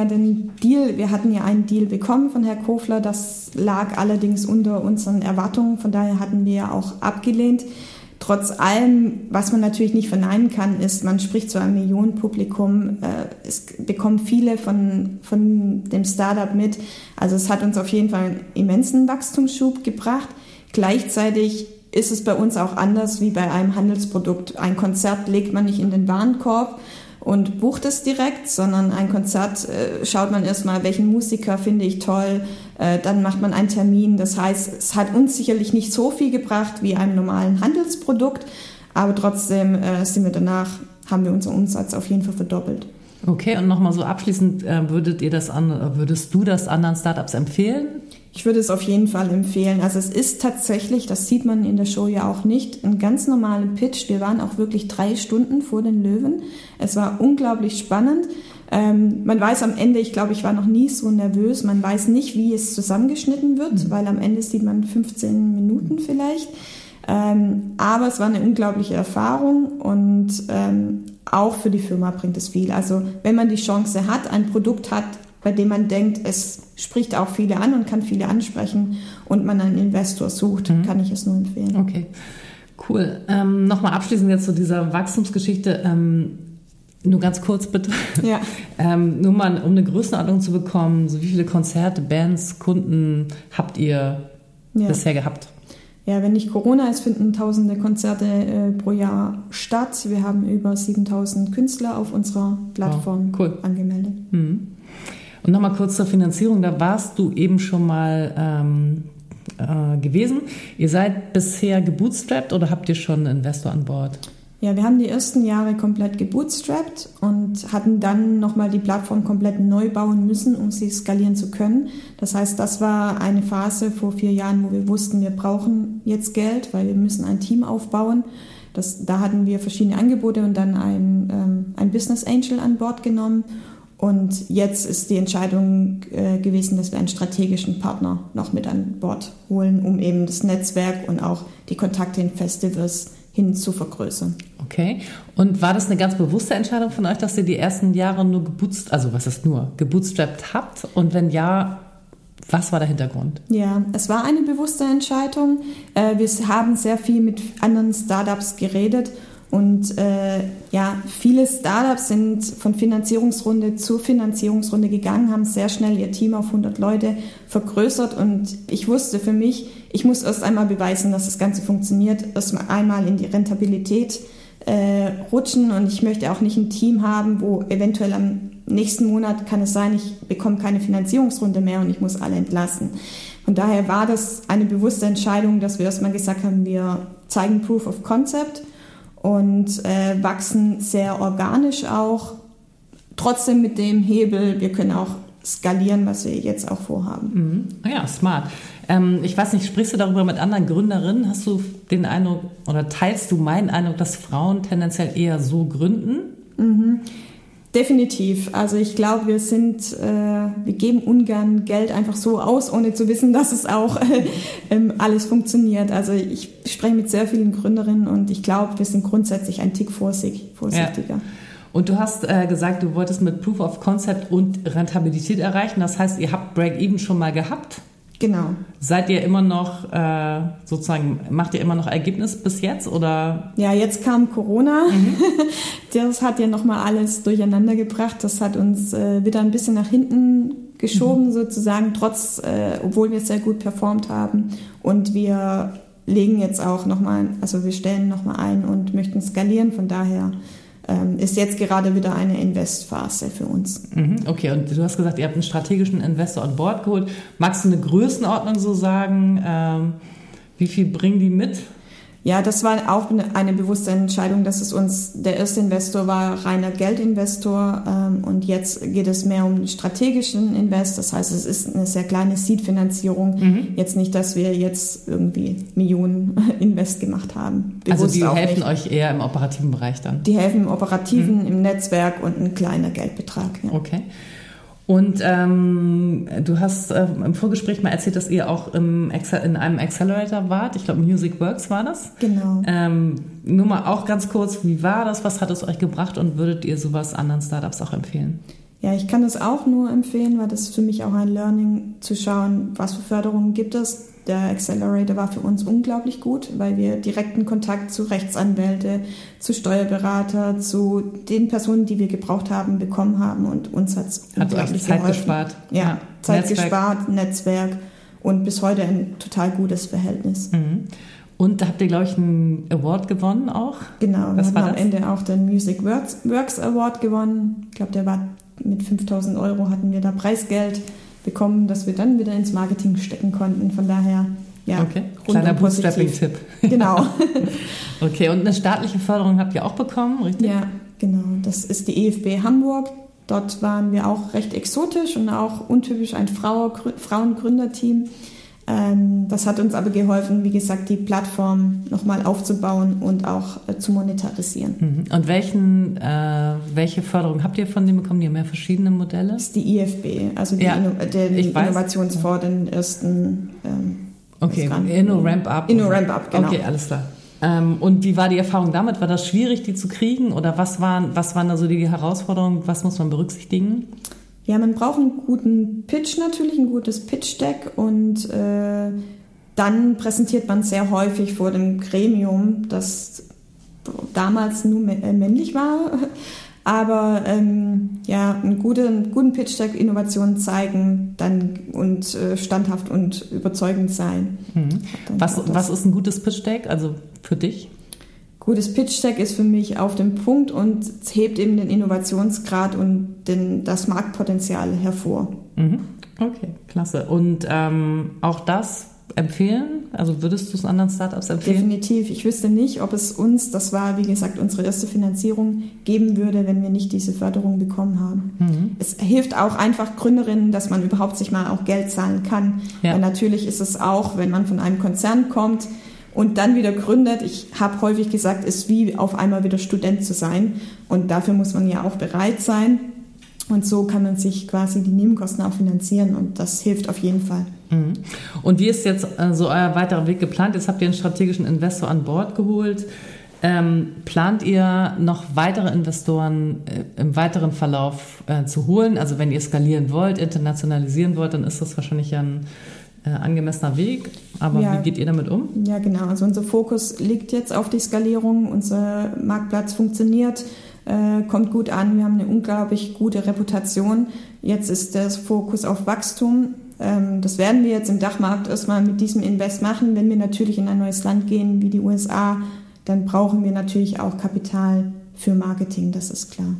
S3: ja einen Deal bekommen von Herrn Kofler, das lag allerdings unter unseren Erwartungen, von daher hatten wir ja auch abgelehnt. Trotz allem, was man natürlich nicht verneinen kann, ist, man spricht zu einem Millionenpublikum, es bekommen viele von dem Startup mit. Also es hat uns auf jeden Fall einen immensen Wachstumsschub gebracht. Gleichzeitig ist es bei uns auch anders wie bei einem Handelsprodukt. Ein Konzert legt man nicht in den Warenkorb und bucht es direkt, sondern ein Konzert schaut man erstmal, welchen Musiker finde ich toll, dann macht man einen Termin. Das heißt, es hat uns sicherlich nicht so viel gebracht wie einem normalen Handelsprodukt, aber trotzdem haben wir unseren Umsatz auf jeden Fall verdoppelt.
S2: Okay, und nochmal so abschließend, würdest du das anderen Startups empfehlen?
S3: Ich würde es auf jeden Fall empfehlen. Also es ist tatsächlich, das sieht man in der Show ja auch nicht, ein ganz normaler Pitch. Wir waren auch wirklich 3 Stunden vor den Löwen. Es war unglaublich spannend. Man weiß am Ende, ich glaube, ich war noch nie so nervös. Man weiß nicht, wie es zusammengeschnitten wird, weil am Ende sieht man 15 Minuten vielleicht. Aber es war eine unglaubliche Erfahrung und auch für die Firma bringt es viel. Also wenn man die Chance hat, ein Produkt hat, bei dem man denkt, es spricht auch viele an und kann viele ansprechen und man einen Investor sucht, kann ich es nur empfehlen.
S2: Okay, cool. Nochmal abschließend jetzt zu dieser Wachstumsgeschichte. Nur ganz kurz bitte.
S3: Ja.
S2: Nur mal, um eine Größenordnung zu bekommen, so wie viele Konzerte, Bands, Kunden habt ihr bisher gehabt?
S3: Ja, wenn nicht Corona ist, finden tausende Konzerte pro Jahr statt. Wir haben über 7.000 Künstler auf unserer Plattform angemeldet.
S2: Und nochmal kurz zur Finanzierung, da warst du eben schon mal gewesen. Ihr seid bisher gebootstrapped oder habt ihr schon einen Investor an Bord?
S3: Ja, wir haben die ersten Jahre komplett gebootstrapped und hatten dann nochmal die Plattform komplett neu bauen müssen, um sie skalieren zu können. Das heißt, das war eine Phase vor 4 Jahren, wo wir wussten, wir brauchen jetzt Geld, weil wir müssen ein Team aufbauen. Da hatten wir verschiedene Angebote und dann ein Business Angel an Bord genommen. Und jetzt ist die Entscheidung gewesen, dass wir einen strategischen Partner noch mit an Bord holen, um eben das Netzwerk und auch die Kontakte in Festivals hin zu vergrößern.
S2: Okay. Und war das eine ganz bewusste Entscheidung von euch, dass ihr die ersten Jahre nur gebootstrapped habt? Und wenn ja, was war der Hintergrund?
S3: Ja, es war eine bewusste Entscheidung. Wir haben sehr viel mit anderen Startups geredet und viele Startups sind von Finanzierungsrunde zu Finanzierungsrunde gegangen, haben sehr schnell ihr Team auf 100 Leute vergrößert und ich wusste für mich, ich muss erst einmal beweisen, dass das Ganze funktioniert, erst einmal in die Rentabilität rutschen und ich möchte auch nicht ein Team haben, wo eventuell am nächsten Monat kann es sein, ich bekomme keine Finanzierungsrunde mehr und ich muss alle entlassen. Von daher war das eine bewusste Entscheidung, dass wir erstmal gesagt haben, wir zeigen Proof of Concept und wachsen sehr organisch auch, trotzdem mit dem Hebel, wir können auch skalieren, was wir jetzt auch vorhaben.
S2: Ja, smart. Ich weiß nicht, sprichst du darüber mit anderen Gründerinnen? Hast du den Eindruck oder teilst du meinen Eindruck, dass Frauen tendenziell eher so gründen?
S3: Definitiv. Also ich glaube, wir geben ungern Geld einfach so aus, ohne zu wissen, dass es auch alles funktioniert. Also ich spreche mit sehr vielen Gründerinnen und ich glaube, wir sind grundsätzlich ein Tick vorsichtiger.
S2: Ja. Und du hast gesagt, du wolltest mit Proof of Concept und Rentabilität erreichen. Das heißt, ihr habt Break-Even schon mal gehabt?
S3: Genau.
S2: Seid ihr immer noch, macht ihr immer noch Ergebnis bis jetzt? Oder?
S3: Ja, jetzt kam Corona. Das hat ja nochmal alles durcheinander gebracht. Das hat uns wieder ein bisschen nach hinten geschoben sozusagen, obwohl wir sehr gut performt haben. Und wir legen jetzt auch nochmal, also wir stellen nochmal ein und möchten skalieren. Von daher ist jetzt gerade wieder eine Investphase für uns.
S2: Okay, und du hast gesagt, ihr habt einen strategischen Investor an Bord geholt. Magst du eine Größenordnung so sagen? Wie viel bringen die mit?
S3: Ja, das war auch eine bewusste Entscheidung, dass es uns, der erste Investor war reiner Geldinvestor und jetzt geht es mehr um den strategischen Invest. Das heißt, es ist eine sehr kleine Seed-Finanzierung. Jetzt nicht, dass wir jetzt irgendwie Millionen Invest gemacht haben.
S2: Also die helfen euch eher im operativen Bereich dann? Die
S3: helfen im operativen, im Netzwerk und ein kleiner Geldbetrag. Ja.
S2: Okay. Und du hast im Vorgespräch mal erzählt, dass ihr auch in einem Accelerator wart. Ich glaube, Music Works war das.
S3: Genau.
S2: Nur mal auch ganz kurz, wie war das? Was hat es euch gebracht? Und würdet ihr sowas anderen Startups auch empfehlen?
S3: Ja, ich kann das auch nur empfehlen, weil das ist für mich auch ein Learning, zu schauen, was für Förderungen gibt es. Der Accelerator war für uns unglaublich gut, weil wir direkten Kontakt zu Rechtsanwälte, zu Steuerberater, zu den Personen, die wir gebraucht haben, bekommen haben und uns hat es unglaublich
S2: Zeit
S3: geholfen.
S2: Gespart.
S3: Ja, Zeit gespart, Netzwerk und bis heute ein total gutes Verhältnis.
S2: Und da habt ihr, glaube ich, einen Award gewonnen auch?
S3: Genau, wir haben am Ende auch den Music Works Award gewonnen. Ich glaube, der war mit 5.000 € hatten wir da Preisgeld bekommen, dass wir dann wieder ins Marketing stecken konnten. Von daher, ja.
S2: Okay, kleiner Bootstrapping-Tipp.
S3: Genau.
S2: Okay, und eine staatliche Förderung habt ihr auch bekommen, richtig?
S3: Ja, genau. Das ist die EFB Hamburg. Dort waren wir auch recht exotisch und auch untypisch ein Frauengründerteam. Das hat uns aber geholfen, wie gesagt, die Plattform nochmal aufzubauen und auch zu monetarisieren.
S2: Und welche Förderung habt ihr von denen bekommen? Die haben ja verschiedene Modelle.
S3: Das ist die IFB, also der Innovationsfonds, den ersten.
S2: Okay, InnoRamp-Up.
S3: InnoRamp-Up, genau.
S2: Okay, alles klar. Und wie war die Erfahrung damit? War das schwierig, die zu kriegen? Oder was waren da so die Herausforderungen? Was muss man berücksichtigen?
S3: Ja, man braucht einen guten Pitch natürlich, ein gutes Pitch-Deck und dann präsentiert man sehr häufig vor dem Gremium, das damals nur männlich war, aber einen guten Pitch-Deck, Innovationen zeigen dann und standhaft und überzeugend sein.
S2: Was ist ein gutes Pitch-Deck, also für dich?
S3: gutes Pitch-Deck ist für mich auf dem Punkt und es hebt eben den Innovationsgrad und das Marktpotenzial hervor.
S2: Okay, klasse. Und auch das empfehlen? Also würdest du es anderen Startups empfehlen?
S3: Definitiv. Ich wüsste nicht, ob es uns, das war wie gesagt unsere erste Finanzierung, geben würde, wenn wir nicht diese Förderung bekommen haben. Es hilft auch einfach Gründerinnen, dass man überhaupt sich mal auch Geld zahlen kann. Ja. Weil natürlich ist es auch, wenn man von einem Konzern kommt und dann wieder gründet, ich habe häufig gesagt, ist wie auf einmal wieder Student zu sein. Und dafür muss man ja auch bereit sein. Und so kann man sich quasi die Nebenkosten auch finanzieren und das hilft auf jeden Fall.
S2: Und wie ist jetzt so euer weiterer Weg geplant? Jetzt habt ihr einen strategischen Investor an Bord geholt. Plant ihr noch weitere Investoren im weiteren Verlauf zu holen? Also wenn ihr skalieren wollt, internationalisieren wollt, dann ist das wahrscheinlich ein angemessener Weg. Aber ja, wie geht ihr damit um?
S3: Ja, genau. Also unser Fokus liegt jetzt auf die Skalierung. Unser Marktplatz funktioniert. Kommt gut an, wir haben eine unglaublich gute Reputation. Jetzt ist der Fokus auf Wachstum. Das werden wir jetzt im Dachmarkt erstmal mit diesem Invest machen. Wenn wir natürlich in ein neues Land gehen, wie die USA, dann brauchen wir natürlich auch Kapital für Marketing, das ist klar.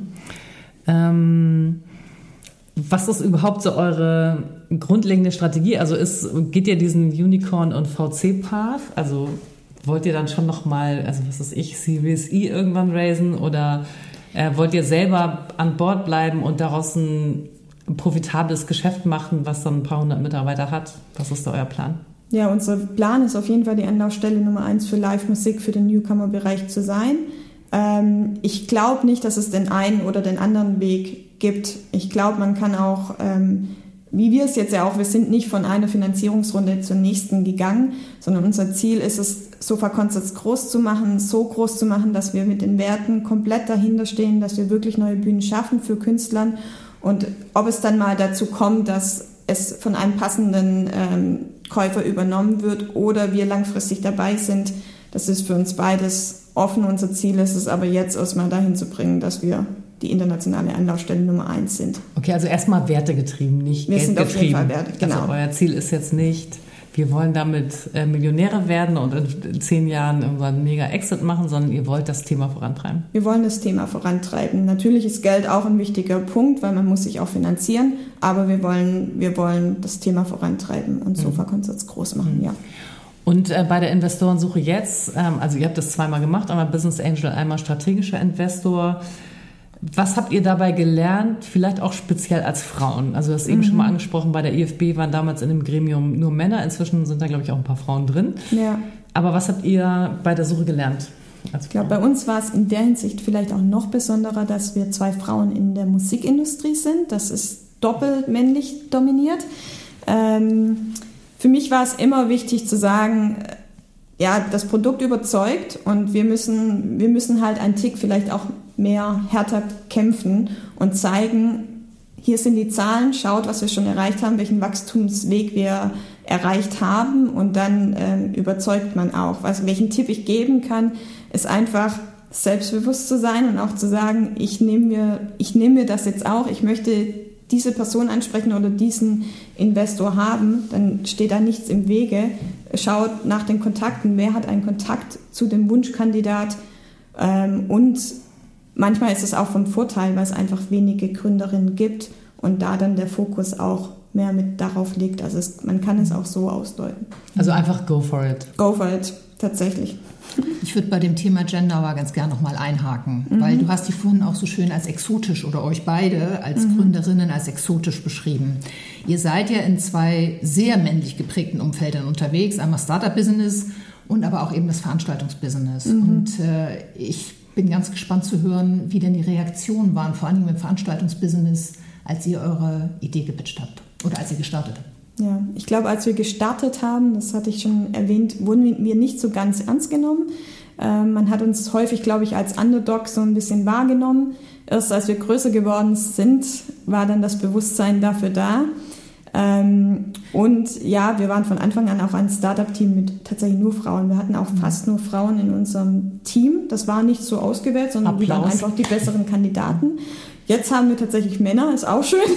S2: Was ist überhaupt so eure grundlegende Strategie? Also geht ihr diesen Unicorn- und VC-Path? Also wollt ihr dann schon nochmal, also was weiß ich, Series E irgendwann raisen oder wollt ihr selber an Bord bleiben und daraus ein profitables Geschäft machen, was dann ein paar hundert Mitarbeiter hat? Was ist da euer Plan?
S3: Ja, unser Plan ist auf jeden Fall die Anlaufstelle Nummer 1 für Live-Musik für den Newcomer-Bereich zu sein. Ich glaube nicht, dass es den einen oder den anderen Weg gibt. Ich glaube, man kann auch, wie wir es jetzt ja auch, wir sind nicht von einer Finanzierungsrunde zur nächsten gegangen, sondern unser Ziel ist es, Sofa Concerts groß zu machen, so groß zu machen, dass wir mit den Werten komplett dahinter stehen, dass wir wirklich neue Bühnen schaffen für Künstlern. Und ob es dann mal dazu kommt, dass es von einem passenden Käufer übernommen wird oder wir langfristig dabei sind, das ist für uns beides offen. Unser Ziel ist es aber jetzt erstmal dahin zu bringen, dass wir die internationale Anlaufstelle Nummer 1 sind.
S2: Okay, also erstmal wertegetrieben, nicht
S3: Geldgetrieben. Wir sind auf jeden Fall
S2: Werte, genau. Also euer Ziel ist jetzt nicht, wir wollen damit Millionäre werden und in 10 Jahren irgendwann einen Mega-Exit machen, sondern ihr wollt das Thema vorantreiben.
S3: Wir wollen das Thema vorantreiben. Natürlich ist Geld auch ein wichtiger Punkt, weil man muss sich auch finanzieren, aber wir wollen das Thema vorantreiben und Sofa Concerts groß machen, ja.
S2: Und bei der Investorensuche jetzt, also ihr habt das zweimal gemacht, einmal Business Angel, einmal strategischer Investor. Was habt ihr dabei gelernt, vielleicht auch speziell als Frauen? Also du hast eben schon mal angesprochen, bei der IFB waren damals in dem Gremium nur Männer, inzwischen sind da, glaube ich, auch ein paar Frauen drin.
S3: Ja.
S2: Aber was habt ihr bei der Suche gelernt?
S3: Ich glaube, bei uns war es in der Hinsicht vielleicht auch noch besonderer, dass wir 2 Frauen in der Musikindustrie sind. Das ist doppelt männlich dominiert. Für mich war es immer wichtig zu sagen, ja, das Produkt überzeugt und wir müssen halt einen Tick vielleicht auch mehr härter kämpfen und zeigen, hier sind die Zahlen, schaut, was wir schon erreicht haben, welchen Wachstumsweg wir erreicht haben und dann überzeugt man auch. Also welchen Tipp ich geben kann, ist einfach selbstbewusst zu sein und auch zu sagen, ich nehme mir das jetzt auch, ich möchte diese Person ansprechen oder diesen Investor haben, dann steht da nichts im Wege. Schaut nach den Kontakten, wer hat einen Kontakt zu dem Wunschkandidat und manchmal ist es auch von Vorteil, weil es einfach wenige Gründerinnen gibt und da dann der Fokus auch mehr mit darauf liegt. Also man kann es auch so ausdeuten.
S2: Also einfach go for it.
S3: Go for it, tatsächlich.
S1: Ich würde bei dem Thema Gender aber ganz gerne nochmal einhaken, weil du hast die vorhin auch so schön als exotisch oder euch beide als Gründerinnen als exotisch beschrieben. Ihr seid ja in 2 sehr männlich geprägten Umfeldern unterwegs, einmal Startup-Business und aber auch eben das Veranstaltungsbusiness. Und ich bin ganz gespannt zu hören, wie denn die Reaktionen waren, vor allem im Veranstaltungsbusiness, als ihr eure Idee gepitcht habt oder als ihr gestartet habt.
S3: Ja, ich glaube, als wir gestartet haben, das hatte ich schon erwähnt, wurden wir nicht so ganz ernst genommen. Man hat uns häufig, glaube ich, als Underdog so ein bisschen wahrgenommen. Erst als wir größer geworden sind, war dann das Bewusstsein dafür da. Und ja, wir waren von Anfang an auch ein Startup-Team mit tatsächlich nur Frauen. Wir hatten auch fast nur Frauen in unserem Team. Das war nicht so ausgewählt, sondern wir waren einfach die besseren Kandidaten. Jetzt haben wir tatsächlich Männer, ist auch schön.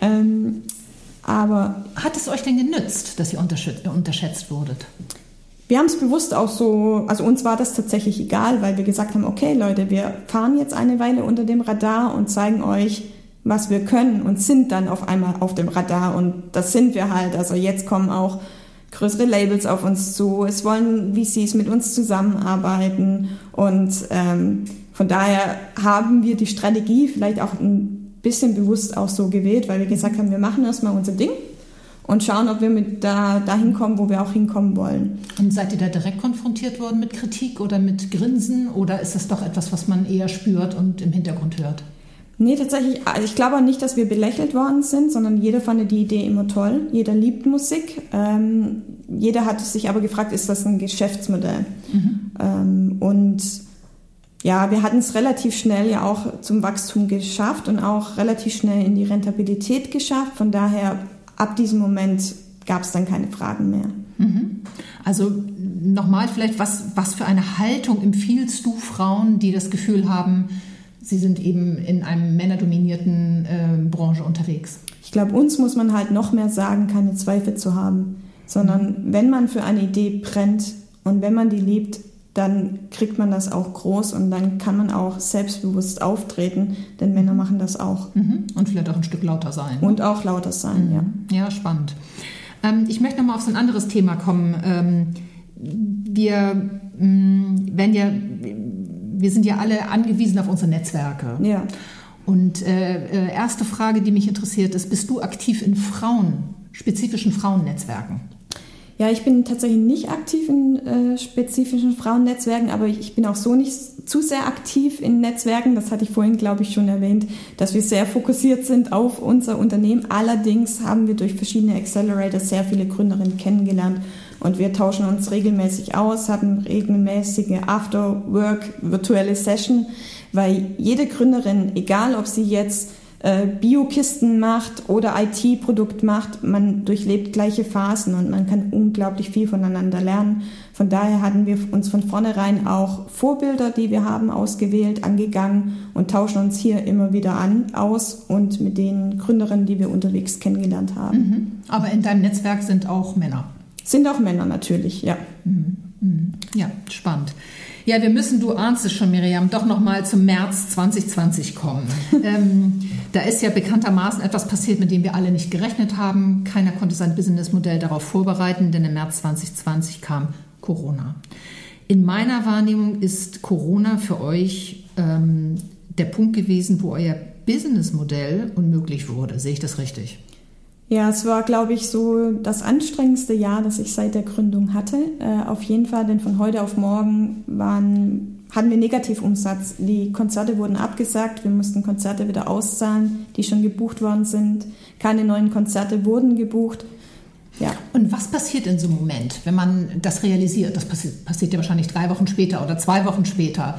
S3: Aber
S1: hat es euch denn genützt, dass ihr unterschätzt wurdet?
S3: Wir haben es bewusst auch so, also uns war das tatsächlich egal, weil wir gesagt haben, okay Leute, wir fahren jetzt eine Weile unter dem Radar und zeigen euch, was wir können und sind dann auf einmal auf dem Radar und das sind wir halt. Also jetzt kommen auch größere Labels auf uns zu, es wollen VCs mit uns zusammenarbeiten und von daher haben wir die Strategie vielleicht auch ein bisschen bewusst auch so gewählt, weil wir gesagt haben, wir machen erstmal unser Ding und schauen, ob wir dahin kommen, wo wir auch hinkommen wollen.
S1: Und seid ihr da direkt konfrontiert worden mit Kritik oder mit Grinsen oder ist das doch etwas, was man eher spürt und im Hintergrund hört?
S3: Nee, tatsächlich, also ich glaube auch nicht, dass wir belächelt worden sind, sondern jeder fand die Idee immer toll. Jeder liebt Musik. Jeder hat sich aber gefragt, ist das ein Geschäftsmodell? Und ja, wir hatten es relativ schnell ja auch zum Wachstum geschafft und auch relativ schnell in die Rentabilität geschafft. Von daher, ab diesem Moment gab es dann keine Fragen mehr.
S1: Also nochmal vielleicht, was für eine Haltung empfiehlst du Frauen, die das Gefühl haben, sie sind eben in einem männerdominierten Branche unterwegs?
S3: Ich glaube, uns muss man halt noch mehr sagen, keine Zweifel zu haben, sondern wenn man für eine Idee brennt und wenn man die liebt, dann kriegt man das auch groß und dann kann man auch selbstbewusst auftreten, denn Männer machen das auch.
S1: Und vielleicht auch ein Stück lauter sein.
S3: Und auch lauter sein, ja.
S1: Ja, spannend. Ich möchte nochmal auf so ein anderes Thema kommen. Wir sind ja alle angewiesen auf unsere Netzwerke.
S3: Ja.
S1: Und erste Frage, die mich interessiert, ist, bist du aktiv in spezifischen Frauennetzwerken?
S3: Ja, ich bin tatsächlich nicht aktiv in spezifischen Frauennetzwerken, aber ich bin auch so nicht zu sehr aktiv in Netzwerken. Das hatte ich vorhin, glaube ich, schon erwähnt, dass wir sehr fokussiert sind auf unser Unternehmen. Allerdings haben wir durch verschiedene Accelerators sehr viele Gründerinnen kennengelernt und wir tauschen uns regelmäßig aus, haben regelmäßige After-Work virtuelle Session, weil jede Gründerin, egal ob sie jetzt Biokisten macht oder IT-Produkt macht, man durchlebt gleiche Phasen und man kann unglaublich viel voneinander lernen. Von daher hatten wir uns von vornherein auch Vorbilder, die wir haben, ausgewählt, angegangen und tauschen uns hier immer wieder aus und mit den Gründerinnen, die wir unterwegs kennengelernt haben.
S1: Aber in deinem Netzwerk sind auch Männer?
S3: Sind auch Männer natürlich, ja.
S1: Ja, spannend. Ja, wir müssen, du ahnst es schon, Miriam, doch nochmal zum März 2020 kommen. Da ist ja bekanntermaßen etwas passiert, mit dem wir alle nicht gerechnet haben. Keiner konnte sein Businessmodell darauf vorbereiten, denn im März 2020 kam Corona. In meiner Wahrnehmung ist Corona für euch der Punkt gewesen, wo euer Businessmodell unmöglich wurde. Sehe ich das richtig?
S3: Ja, es war, glaube ich, so das anstrengendste Jahr, das ich seit der Gründung hatte. Auf jeden Fall, denn von heute auf morgen hatten wir Negativumsatz. Die Konzerte wurden abgesagt, wir mussten Konzerte wieder auszahlen, die schon gebucht worden sind. Keine neuen Konzerte wurden gebucht. Ja.
S1: Und was passiert in so einem Moment, wenn man das realisiert? Das passiert ja wahrscheinlich 3 Wochen später oder 2 Wochen später.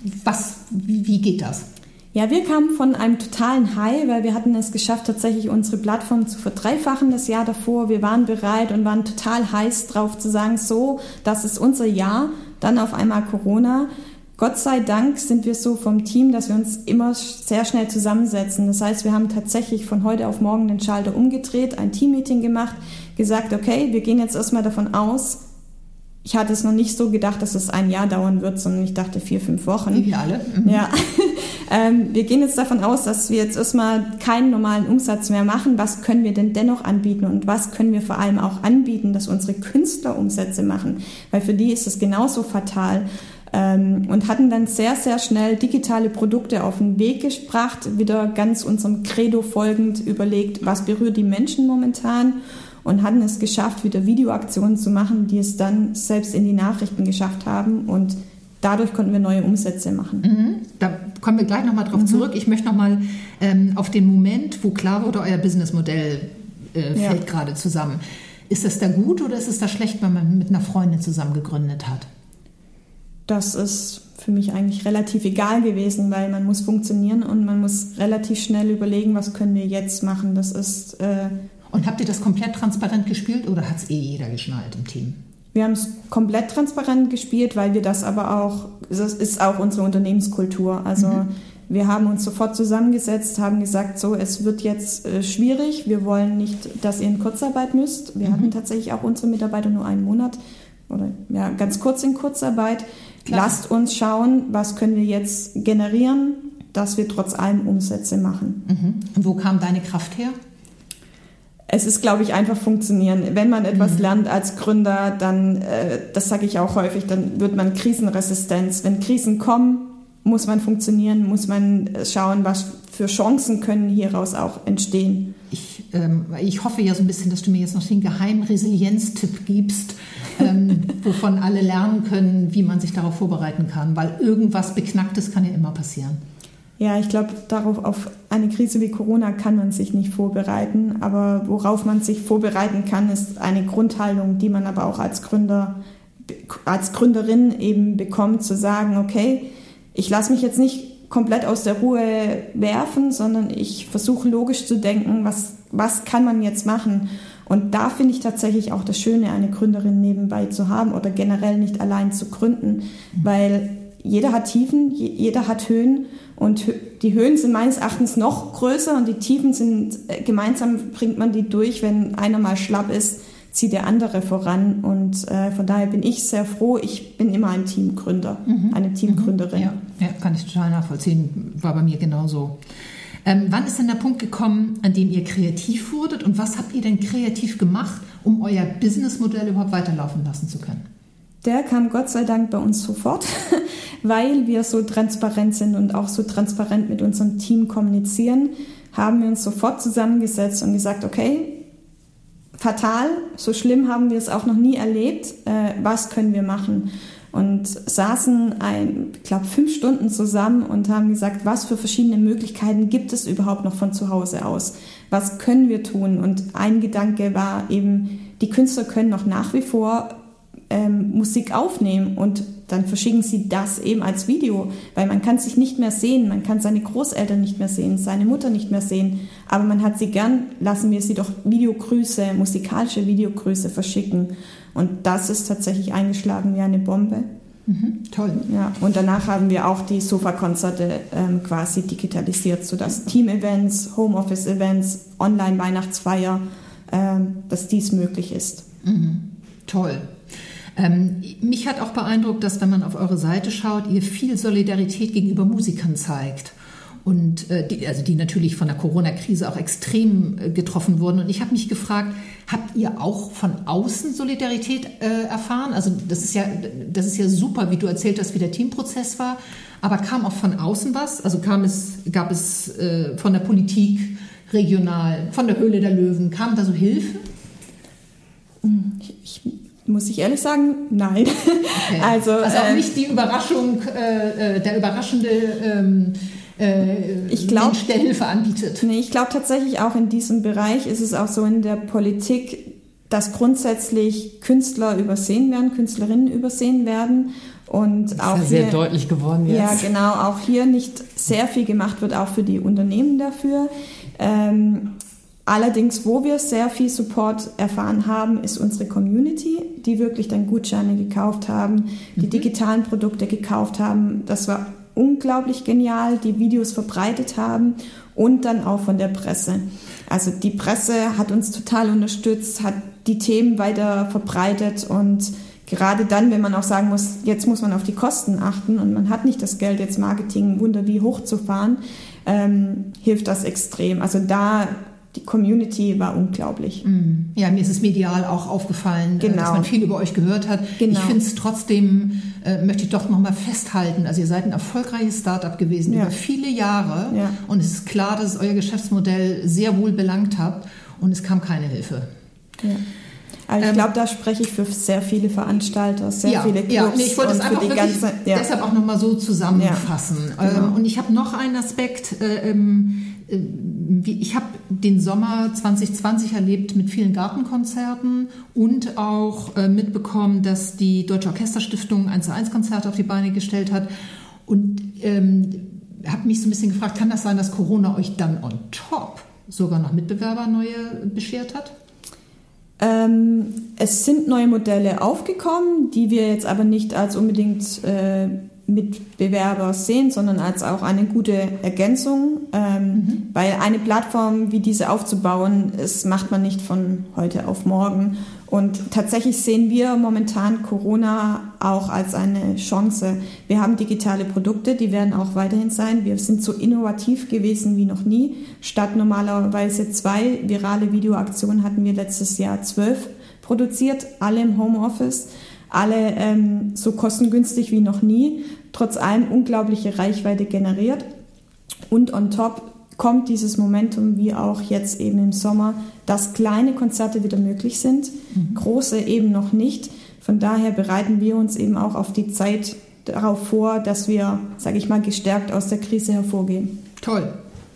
S1: Wie geht das?
S3: Ja, wir kamen von einem totalen High, weil wir hatten es geschafft, tatsächlich unsere Plattform zu verdreifachen das Jahr davor. Wir waren bereit und waren total heiß drauf zu sagen, so, das ist unser Jahr. Dann auf einmal Corona. Gott sei Dank sind wir so vom Team, dass wir uns immer sehr schnell zusammensetzen. Das heißt, wir haben tatsächlich von heute auf morgen den Schalter umgedreht, ein Teammeeting gemacht, gesagt, okay, wir gehen jetzt erstmal davon aus, ich hatte es noch nicht so gedacht, dass es 1 Jahr dauern wird, sondern ich dachte 4-5 Wochen.
S1: Wie wir alle.
S3: Ja. Wir gehen jetzt davon aus, dass wir jetzt erstmal keinen normalen Umsatz mehr machen. Was können wir denn dennoch anbieten und was können wir vor allem auch anbieten, dass unsere Künstler Umsätze machen? Weil für die ist es genauso fatal. Und hatten dann sehr, sehr schnell digitale Produkte auf den Weg gebracht, wieder ganz unserem Credo folgend überlegt, was berührt die Menschen momentan und hatten es geschafft, wieder Videoaktionen zu machen, die es dann selbst in die Nachrichten geschafft haben und dadurch konnten wir neue Umsätze machen.
S1: Da kommen wir gleich nochmal drauf zurück. Ich möchte nochmal auf den Moment, wo klar wurde, euer Businessmodell fällt gerade zusammen. Ist das da gut oder ist es da schlecht, wenn man mit einer Freundin zusammen gegründet hat?
S3: Das ist für mich eigentlich relativ egal gewesen, weil man muss funktionieren und man muss relativ schnell überlegen, was können wir jetzt machen. Das ist...
S1: Und habt ihr das komplett transparent gespielt oder hat es jeder geschnallt im Team?
S3: Wir haben es komplett transparent gespielt, weil wir das aber auch, das ist auch unsere Unternehmenskultur. Also wir haben uns sofort zusammengesetzt, haben gesagt, so, es wird jetzt schwierig, wir wollen nicht, dass ihr in Kurzarbeit müsst. Wir hatten tatsächlich auch unsere Mitarbeiter nur 1 Monat oder ja, ganz kurz in Kurzarbeit.
S1: Klar.
S3: Lasst uns schauen, was können wir jetzt generieren, dass wir trotz allem Umsätze machen.
S1: Und wo kam deine Kraft her?
S3: Es ist, glaube ich, einfach funktionieren. Wenn man etwas lernt als Gründer, dann, das sage ich auch häufig, dann wird man krisenresistent. Wenn Krisen kommen, muss man funktionieren, muss man schauen, was für Chancen können hieraus auch entstehen.
S1: Ich hoffe ja so ein bisschen, dass du mir jetzt noch den geheimen Resilienztipp gibst, wovon alle lernen können, wie man sich darauf vorbereiten kann, weil irgendwas Beknacktes kann ja immer passieren.
S3: Ja, ich glaube, auf eine Krise wie Corona kann man sich nicht vorbereiten, aber worauf man sich vorbereiten kann, ist eine Grundhaltung, die man aber auch als Gründer, als Gründerin eben bekommt, zu sagen, okay, ich lasse mich jetzt nicht komplett aus der Ruhe werfen, sondern ich versuche logisch zu denken, was kann man jetzt machen? Und da finde ich tatsächlich auch das Schöne, eine Gründerin nebenbei zu haben oder generell nicht allein zu gründen, weil jeder hat Tiefen, jeder hat Höhen und die Höhen sind meines Erachtens noch größer und die Tiefen sind, gemeinsam bringt man die durch. Wenn einer mal schlapp ist, zieht der andere voran und von daher bin ich sehr froh, ich bin immer ein Teamgründer, eine Teamgründerin.
S1: Ja, kann ich total nachvollziehen, war bei mir genauso. Wann ist denn der Punkt gekommen, an dem ihr kreativ wurdet und was habt ihr denn kreativ gemacht, um euer Businessmodell überhaupt weiterlaufen lassen zu können?
S3: Der kam Gott sei Dank bei uns sofort, weil wir so transparent sind und auch so transparent mit unserem Team kommunizieren, haben wir uns sofort zusammengesetzt und gesagt, okay, fatal, so schlimm haben wir es auch noch nie erlebt, was können wir machen? Und saßen, ich glaube, 5 Stunden zusammen und haben gesagt, was für verschiedene Möglichkeiten gibt es überhaupt noch von zu Hause aus? Was können wir tun? Und ein Gedanke war eben, die Künstler können noch nach wie vor Musik aufnehmen und dann verschicken sie das eben als Video, weil man kann sich nicht mehr sehen, man kann seine Großeltern nicht mehr sehen, seine Mutter nicht mehr sehen, aber man hat sie gern, lassen wir sie doch Videogrüße, musikalische Videogrüße verschicken und das ist tatsächlich eingeschlagen wie eine Bombe.
S1: Toll.
S3: Ja, und danach haben wir auch die Sofa-Konzerte quasi digitalisiert, sodass Team-Events, Homeoffice-Events, Online-Weihnachtsfeier, dass dies möglich ist.
S1: Toll. Mich hat auch beeindruckt, dass, wenn man auf eure Seite schaut, ihr viel Solidarität gegenüber Musikern zeigt. Und die natürlich von der Corona-Krise auch extrem getroffen wurden. Und ich habe mich gefragt, habt ihr auch von außen Solidarität erfahren? Also das ist ja super, wie du erzählt hast, wie der Teamprozess war. Aber kam auch von außen was? Also gab es von der Politik, regional, von der Höhle der Löwen, kam da so Hilfe?
S3: Muss ich ehrlich sagen, nein.
S1: Okay. Also auch nicht die Überraschung, der überraschende Mensch, der Hilfe anbietet.
S3: Nee, ich glaube tatsächlich auch in diesem Bereich ist es auch so in der Politik, dass grundsätzlich Künstler übersehen werden, Künstlerinnen übersehen werden. Und
S2: das
S3: auch
S2: ist ja sehr deutlich geworden jetzt.
S3: Ja, genau. Auch hier nicht sehr viel gemacht wird, auch für die Unternehmen dafür. Allerdings, wo wir sehr viel Support erfahren haben, ist unsere Community, die wirklich dann Gutscheine gekauft haben, die digitalen Produkte gekauft haben. Das war unglaublich genial, die Videos verbreitet haben und dann auch von der Presse. Also die Presse hat uns total unterstützt, hat die Themen weiter verbreitet und gerade dann, wenn man auch sagen muss, jetzt muss man auf die Kosten achten und man hat nicht das Geld, jetzt Marketing Wunder wie hochzufahren, hilft das extrem. Also da die Community war unglaublich.
S1: Ja, mir ist es medial auch aufgefallen, dass man viel über euch gehört hat. Genau. Ich finde es trotzdem, möchte ich doch nochmal festhalten, also ihr seid ein erfolgreiches Start-up gewesen über viele Jahre und es ist klar, dass es euer Geschäftsmodell sehr wohl belangt habt und es kam keine Hilfe.
S3: Ja. Also ich glaube, da spreche ich für sehr viele Veranstalter, sehr viele Clubs.
S1: Ja, ich wollte es einfach
S3: für die ganze,
S1: deshalb auch nochmal so zusammenfassen. Ja, genau. Und ich habe noch einen Aspekt. Ich habe den Sommer 2020 erlebt mit vielen Gartenkonzerten und auch mitbekommen, dass die Deutsche Orchesterstiftung 1:1-Konzerte auf die Beine gestellt hat. Und habe mich so ein bisschen gefragt, kann das sein, dass Corona euch dann on top sogar noch Mitbewerber neue beschert hat?
S3: Es sind neue Modelle aufgekommen, die wir jetzt aber nicht als unbedingt Mitbewerber sehen, sondern als auch eine gute Ergänzung, weil eine Plattform wie diese aufzubauen, das macht man nicht von heute auf morgen. Und tatsächlich sehen wir momentan Corona auch als eine Chance. Wir haben digitale Produkte, die werden auch weiterhin sein. Wir sind so innovativ gewesen wie noch nie. Statt normalerweise 2 virale Videoaktionen hatten wir letztes Jahr 12 produziert, alle im Homeoffice. Alle so kostengünstig wie noch nie, trotz allem unglaubliche Reichweite generiert. Und on top kommt dieses Momentum, wie auch jetzt eben im Sommer, dass kleine Konzerte wieder möglich sind, große eben noch nicht. Von daher bereiten wir uns eben auch auf die Zeit darauf vor, dass wir, sage ich mal, gestärkt aus der Krise hervorgehen.
S1: Toll.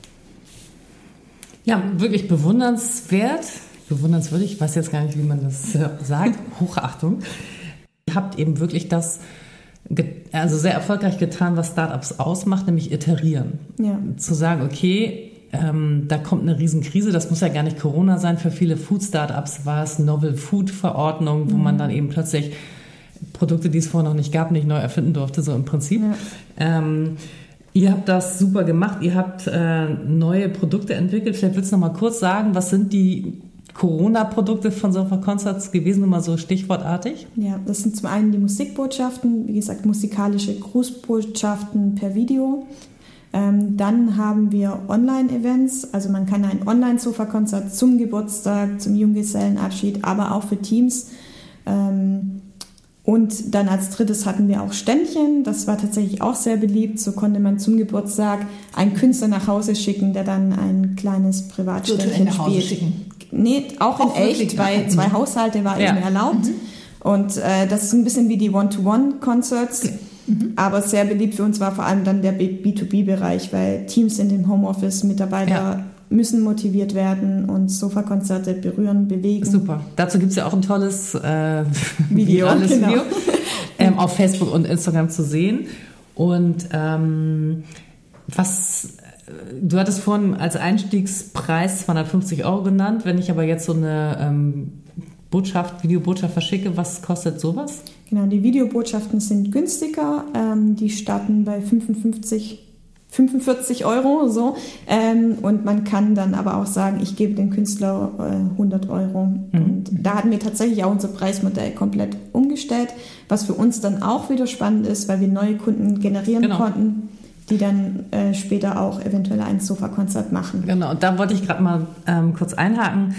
S2: Ja, wirklich bewundernswürdig, ich weiß jetzt gar nicht, wie man das sagt, Hochachtung. Ihr habt eben wirklich das sehr erfolgreich getan, was Startups ausmacht, nämlich iterieren. Ja. Zu sagen, okay, da kommt eine Riesenkrise, das muss ja gar nicht Corona sein. Für viele Food-Startups war es Novel Food-Verordnung, wo man dann eben plötzlich Produkte, die es vorher noch nicht gab, nicht neu erfinden durfte, so im Prinzip. Ja. Ihr habt das super gemacht, ihr habt neue Produkte entwickelt. Vielleicht willst du noch mal kurz sagen, was sind die Corona-Produkte von Sofa Concerts gewesen, immer so stichwortartig?
S3: Ja, das sind zum einen die Musikbotschaften, wie gesagt, musikalische Grußbotschaften per Video. Dann haben wir Online-Events, also man kann ein Online-Sofa-Konzert zum Geburtstag, zum Junggesellenabschied, aber auch für Teams. Und dann als drittes hatten wir auch Ständchen, das war tatsächlich auch sehr beliebt. So konnte man zum Geburtstag einen Künstler nach Hause schicken, der dann ein kleines Privatständchen spielt. Nee, auch in echt, weil 2 Haushalte war eben erlaubt. Und das ist ein bisschen wie die One-to-One-Concerts. Aber sehr beliebt für uns war vor allem dann der B2B-Bereich, weil Teams sind im Homeoffice, Mitarbeiter müssen motiviert werden und Sofa-Konzerte berühren, bewegen.
S2: Super. Dazu gibt es ja auch ein tolles virales Video auf Facebook und Instagram zu sehen. Und du hattest vorhin als Einstiegspreis 250 € genannt. Wenn ich aber jetzt so eine Videobotschaft verschicke, was kostet sowas?
S3: Genau, die Videobotschaften sind günstiger. Die starten bei 45 € so. Und man kann dann aber auch sagen, ich gebe dem Künstler 100 €. Und da hatten wir tatsächlich auch unser Preismodell komplett umgestellt, was für uns dann auch wieder spannend ist, weil wir neue Kunden generieren konnten, die dann später auch eventuell ein Sofa-Konzert machen.
S2: Genau, und da wollte ich gerade mal kurz einhaken.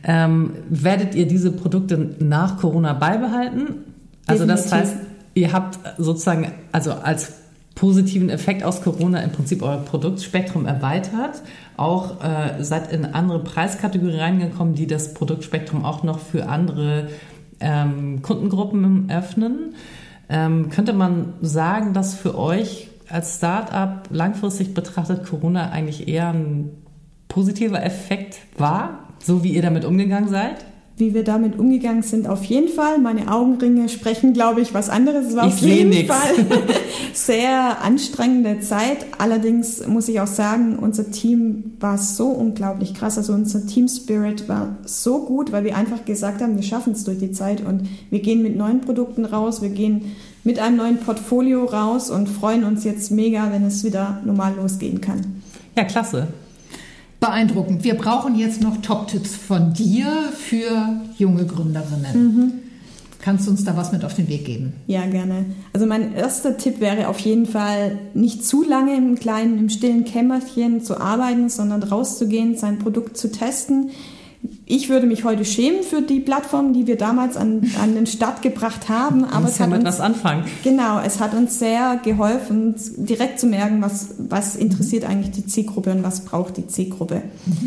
S2: Werdet ihr diese Produkte nach Corona beibehalten? Also das heißt, ihr habt sozusagen also als positiven Effekt aus Corona im Prinzip euer Produktspektrum erweitert, auch seid in andere Preiskategorien reingekommen, die das Produktspektrum auch noch für andere Kundengruppen öffnen. Könnte man sagen, dass für euch als Start-up langfristig betrachtet Corona eigentlich eher ein positiver Effekt war, so wie ihr damit umgegangen seid?
S3: Wie wir damit umgegangen sind, auf jeden Fall. Meine Augenringe sprechen, glaube ich, was anderes. Es war auf jeden Fall sehr anstrengende Zeit. Allerdings muss ich auch sagen, unser Team war so unglaublich krass. Also unser Team-Spirit war so gut, weil wir einfach gesagt haben, wir schaffen es durch die Zeit und wir gehen mit neuen Produkten raus, wir gehen mit einem neuen Portfolio raus und freuen uns jetzt mega, wenn es wieder normal losgehen kann.
S2: Ja, klasse.
S1: Beeindruckend. Wir brauchen jetzt noch Top-Tipps von dir für junge Gründerinnen. Kannst du uns da was mit auf den Weg geben?
S3: Ja, gerne. Also mein erster Tipp wäre auf jeden Fall, nicht zu lange im kleinen, im stillen Kämmerchen zu arbeiten, sondern rauszugehen, sein Produkt zu testen. Ich würde mich heute schämen für die Plattform, die wir damals an den Start gebracht haben. Aber es hat uns
S2: was anfangen.
S3: Genau, es hat uns sehr geholfen, direkt zu merken, was interessiert eigentlich die Zielgruppe und was braucht die Zielgruppe.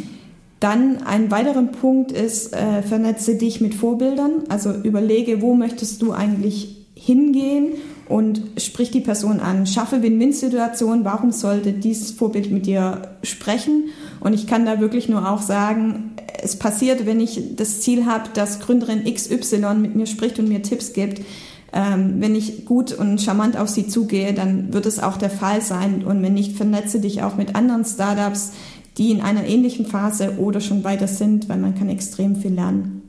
S3: Dann ein weiterer Punkt ist, vernetze dich mit Vorbildern. Also überlege, wo möchtest du eigentlich hingehen und sprich die Person an. Schaffe Win-Win-Situationen. Warum sollte dieses Vorbild mit dir sprechen? Und ich kann da wirklich nur auch sagen, es passiert, wenn ich das Ziel habe, dass Gründerin XY mit mir spricht und mir Tipps gibt. Wenn ich gut und charmant auf sie zugehe, dann wird es auch der Fall sein. Und wenn nicht, vernetze dich auch mit anderen Startups, die in einer ähnlichen Phase oder schon weiter sind, weil man kann extrem viel lernen.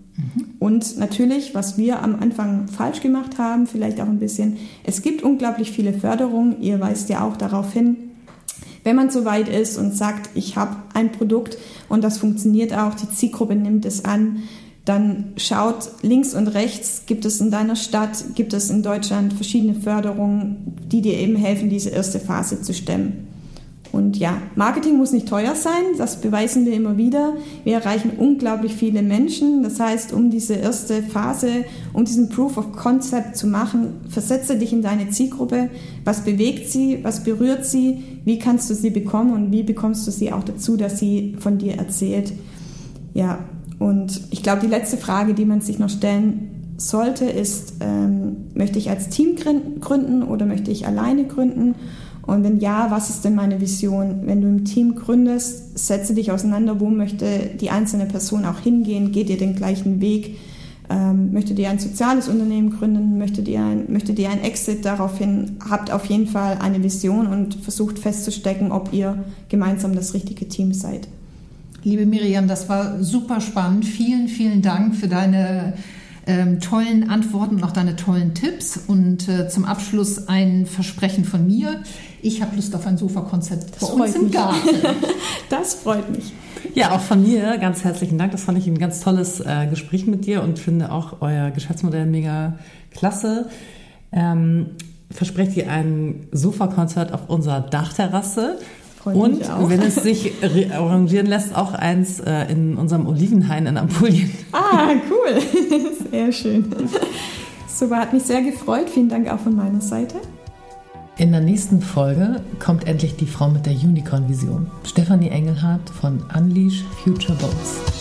S3: Und natürlich, was wir am Anfang falsch gemacht haben, vielleicht auch ein bisschen, es gibt unglaublich viele Förderungen, ihr weist ja auch darauf hin, wenn man so weit ist und sagt, ich habe ein Produkt und das funktioniert auch, die Zielgruppe nimmt es an, dann schaut links und rechts, gibt es in deiner Stadt, gibt es in Deutschland verschiedene Förderungen, die dir eben helfen, diese erste Phase zu stemmen. Und ja, Marketing muss nicht teuer sein, das beweisen wir immer wieder. Wir erreichen unglaublich viele Menschen. Das heißt, um diese erste Phase, um diesen Proof of Concept zu machen, versetze dich in deine Zielgruppe. Was bewegt sie? Was berührt sie? Wie kannst du sie bekommen? Und wie bekommst du sie auch dazu, dass sie von dir erzählt? Ja, und ich glaube, die letzte Frage, die man sich noch stellen sollte, ist, möchte ich als Team gründen oder möchte ich alleine gründen? Und wenn ja, was ist denn meine Vision? Wenn du im Team gründest, setze dich auseinander, wo möchte die einzelne Person auch hingehen? Geht ihr den gleichen Weg? Möchtet ihr ein soziales Unternehmen gründen? Möchtet ihr ein Exit? Daraufhin habt auf jeden Fall eine Vision und versucht festzustecken, ob ihr gemeinsam das richtige Team seid.
S1: Liebe Miriam, das war super spannend. Vielen, vielen Dank für deine tollen Antworten und auch deine tollen Tipps. Und zum Abschluss ein Versprechen von mir. Ich habe Lust auf ein Sofakonzept bei uns im Garten.
S3: Das freut mich.
S2: Ja, auch von mir ganz herzlichen Dank. Das fand ich ein ganz tolles Gespräch mit dir und finde auch euer Geschäftsmodell mega klasse. Versprecht ihr ein Sofakonzert auf unserer Dachterrasse. Und wenn es sich arrangieren lässt, auch eins in unserem Olivenhain in Apulien.
S3: Ah, cool. Sehr schön. Super, hat mich sehr gefreut. Vielen Dank auch von meiner Seite.
S2: In der nächsten Folge kommt endlich die Frau mit der Unicorn-Vision. Stefanie Engelhardt von Unleash Future Boats.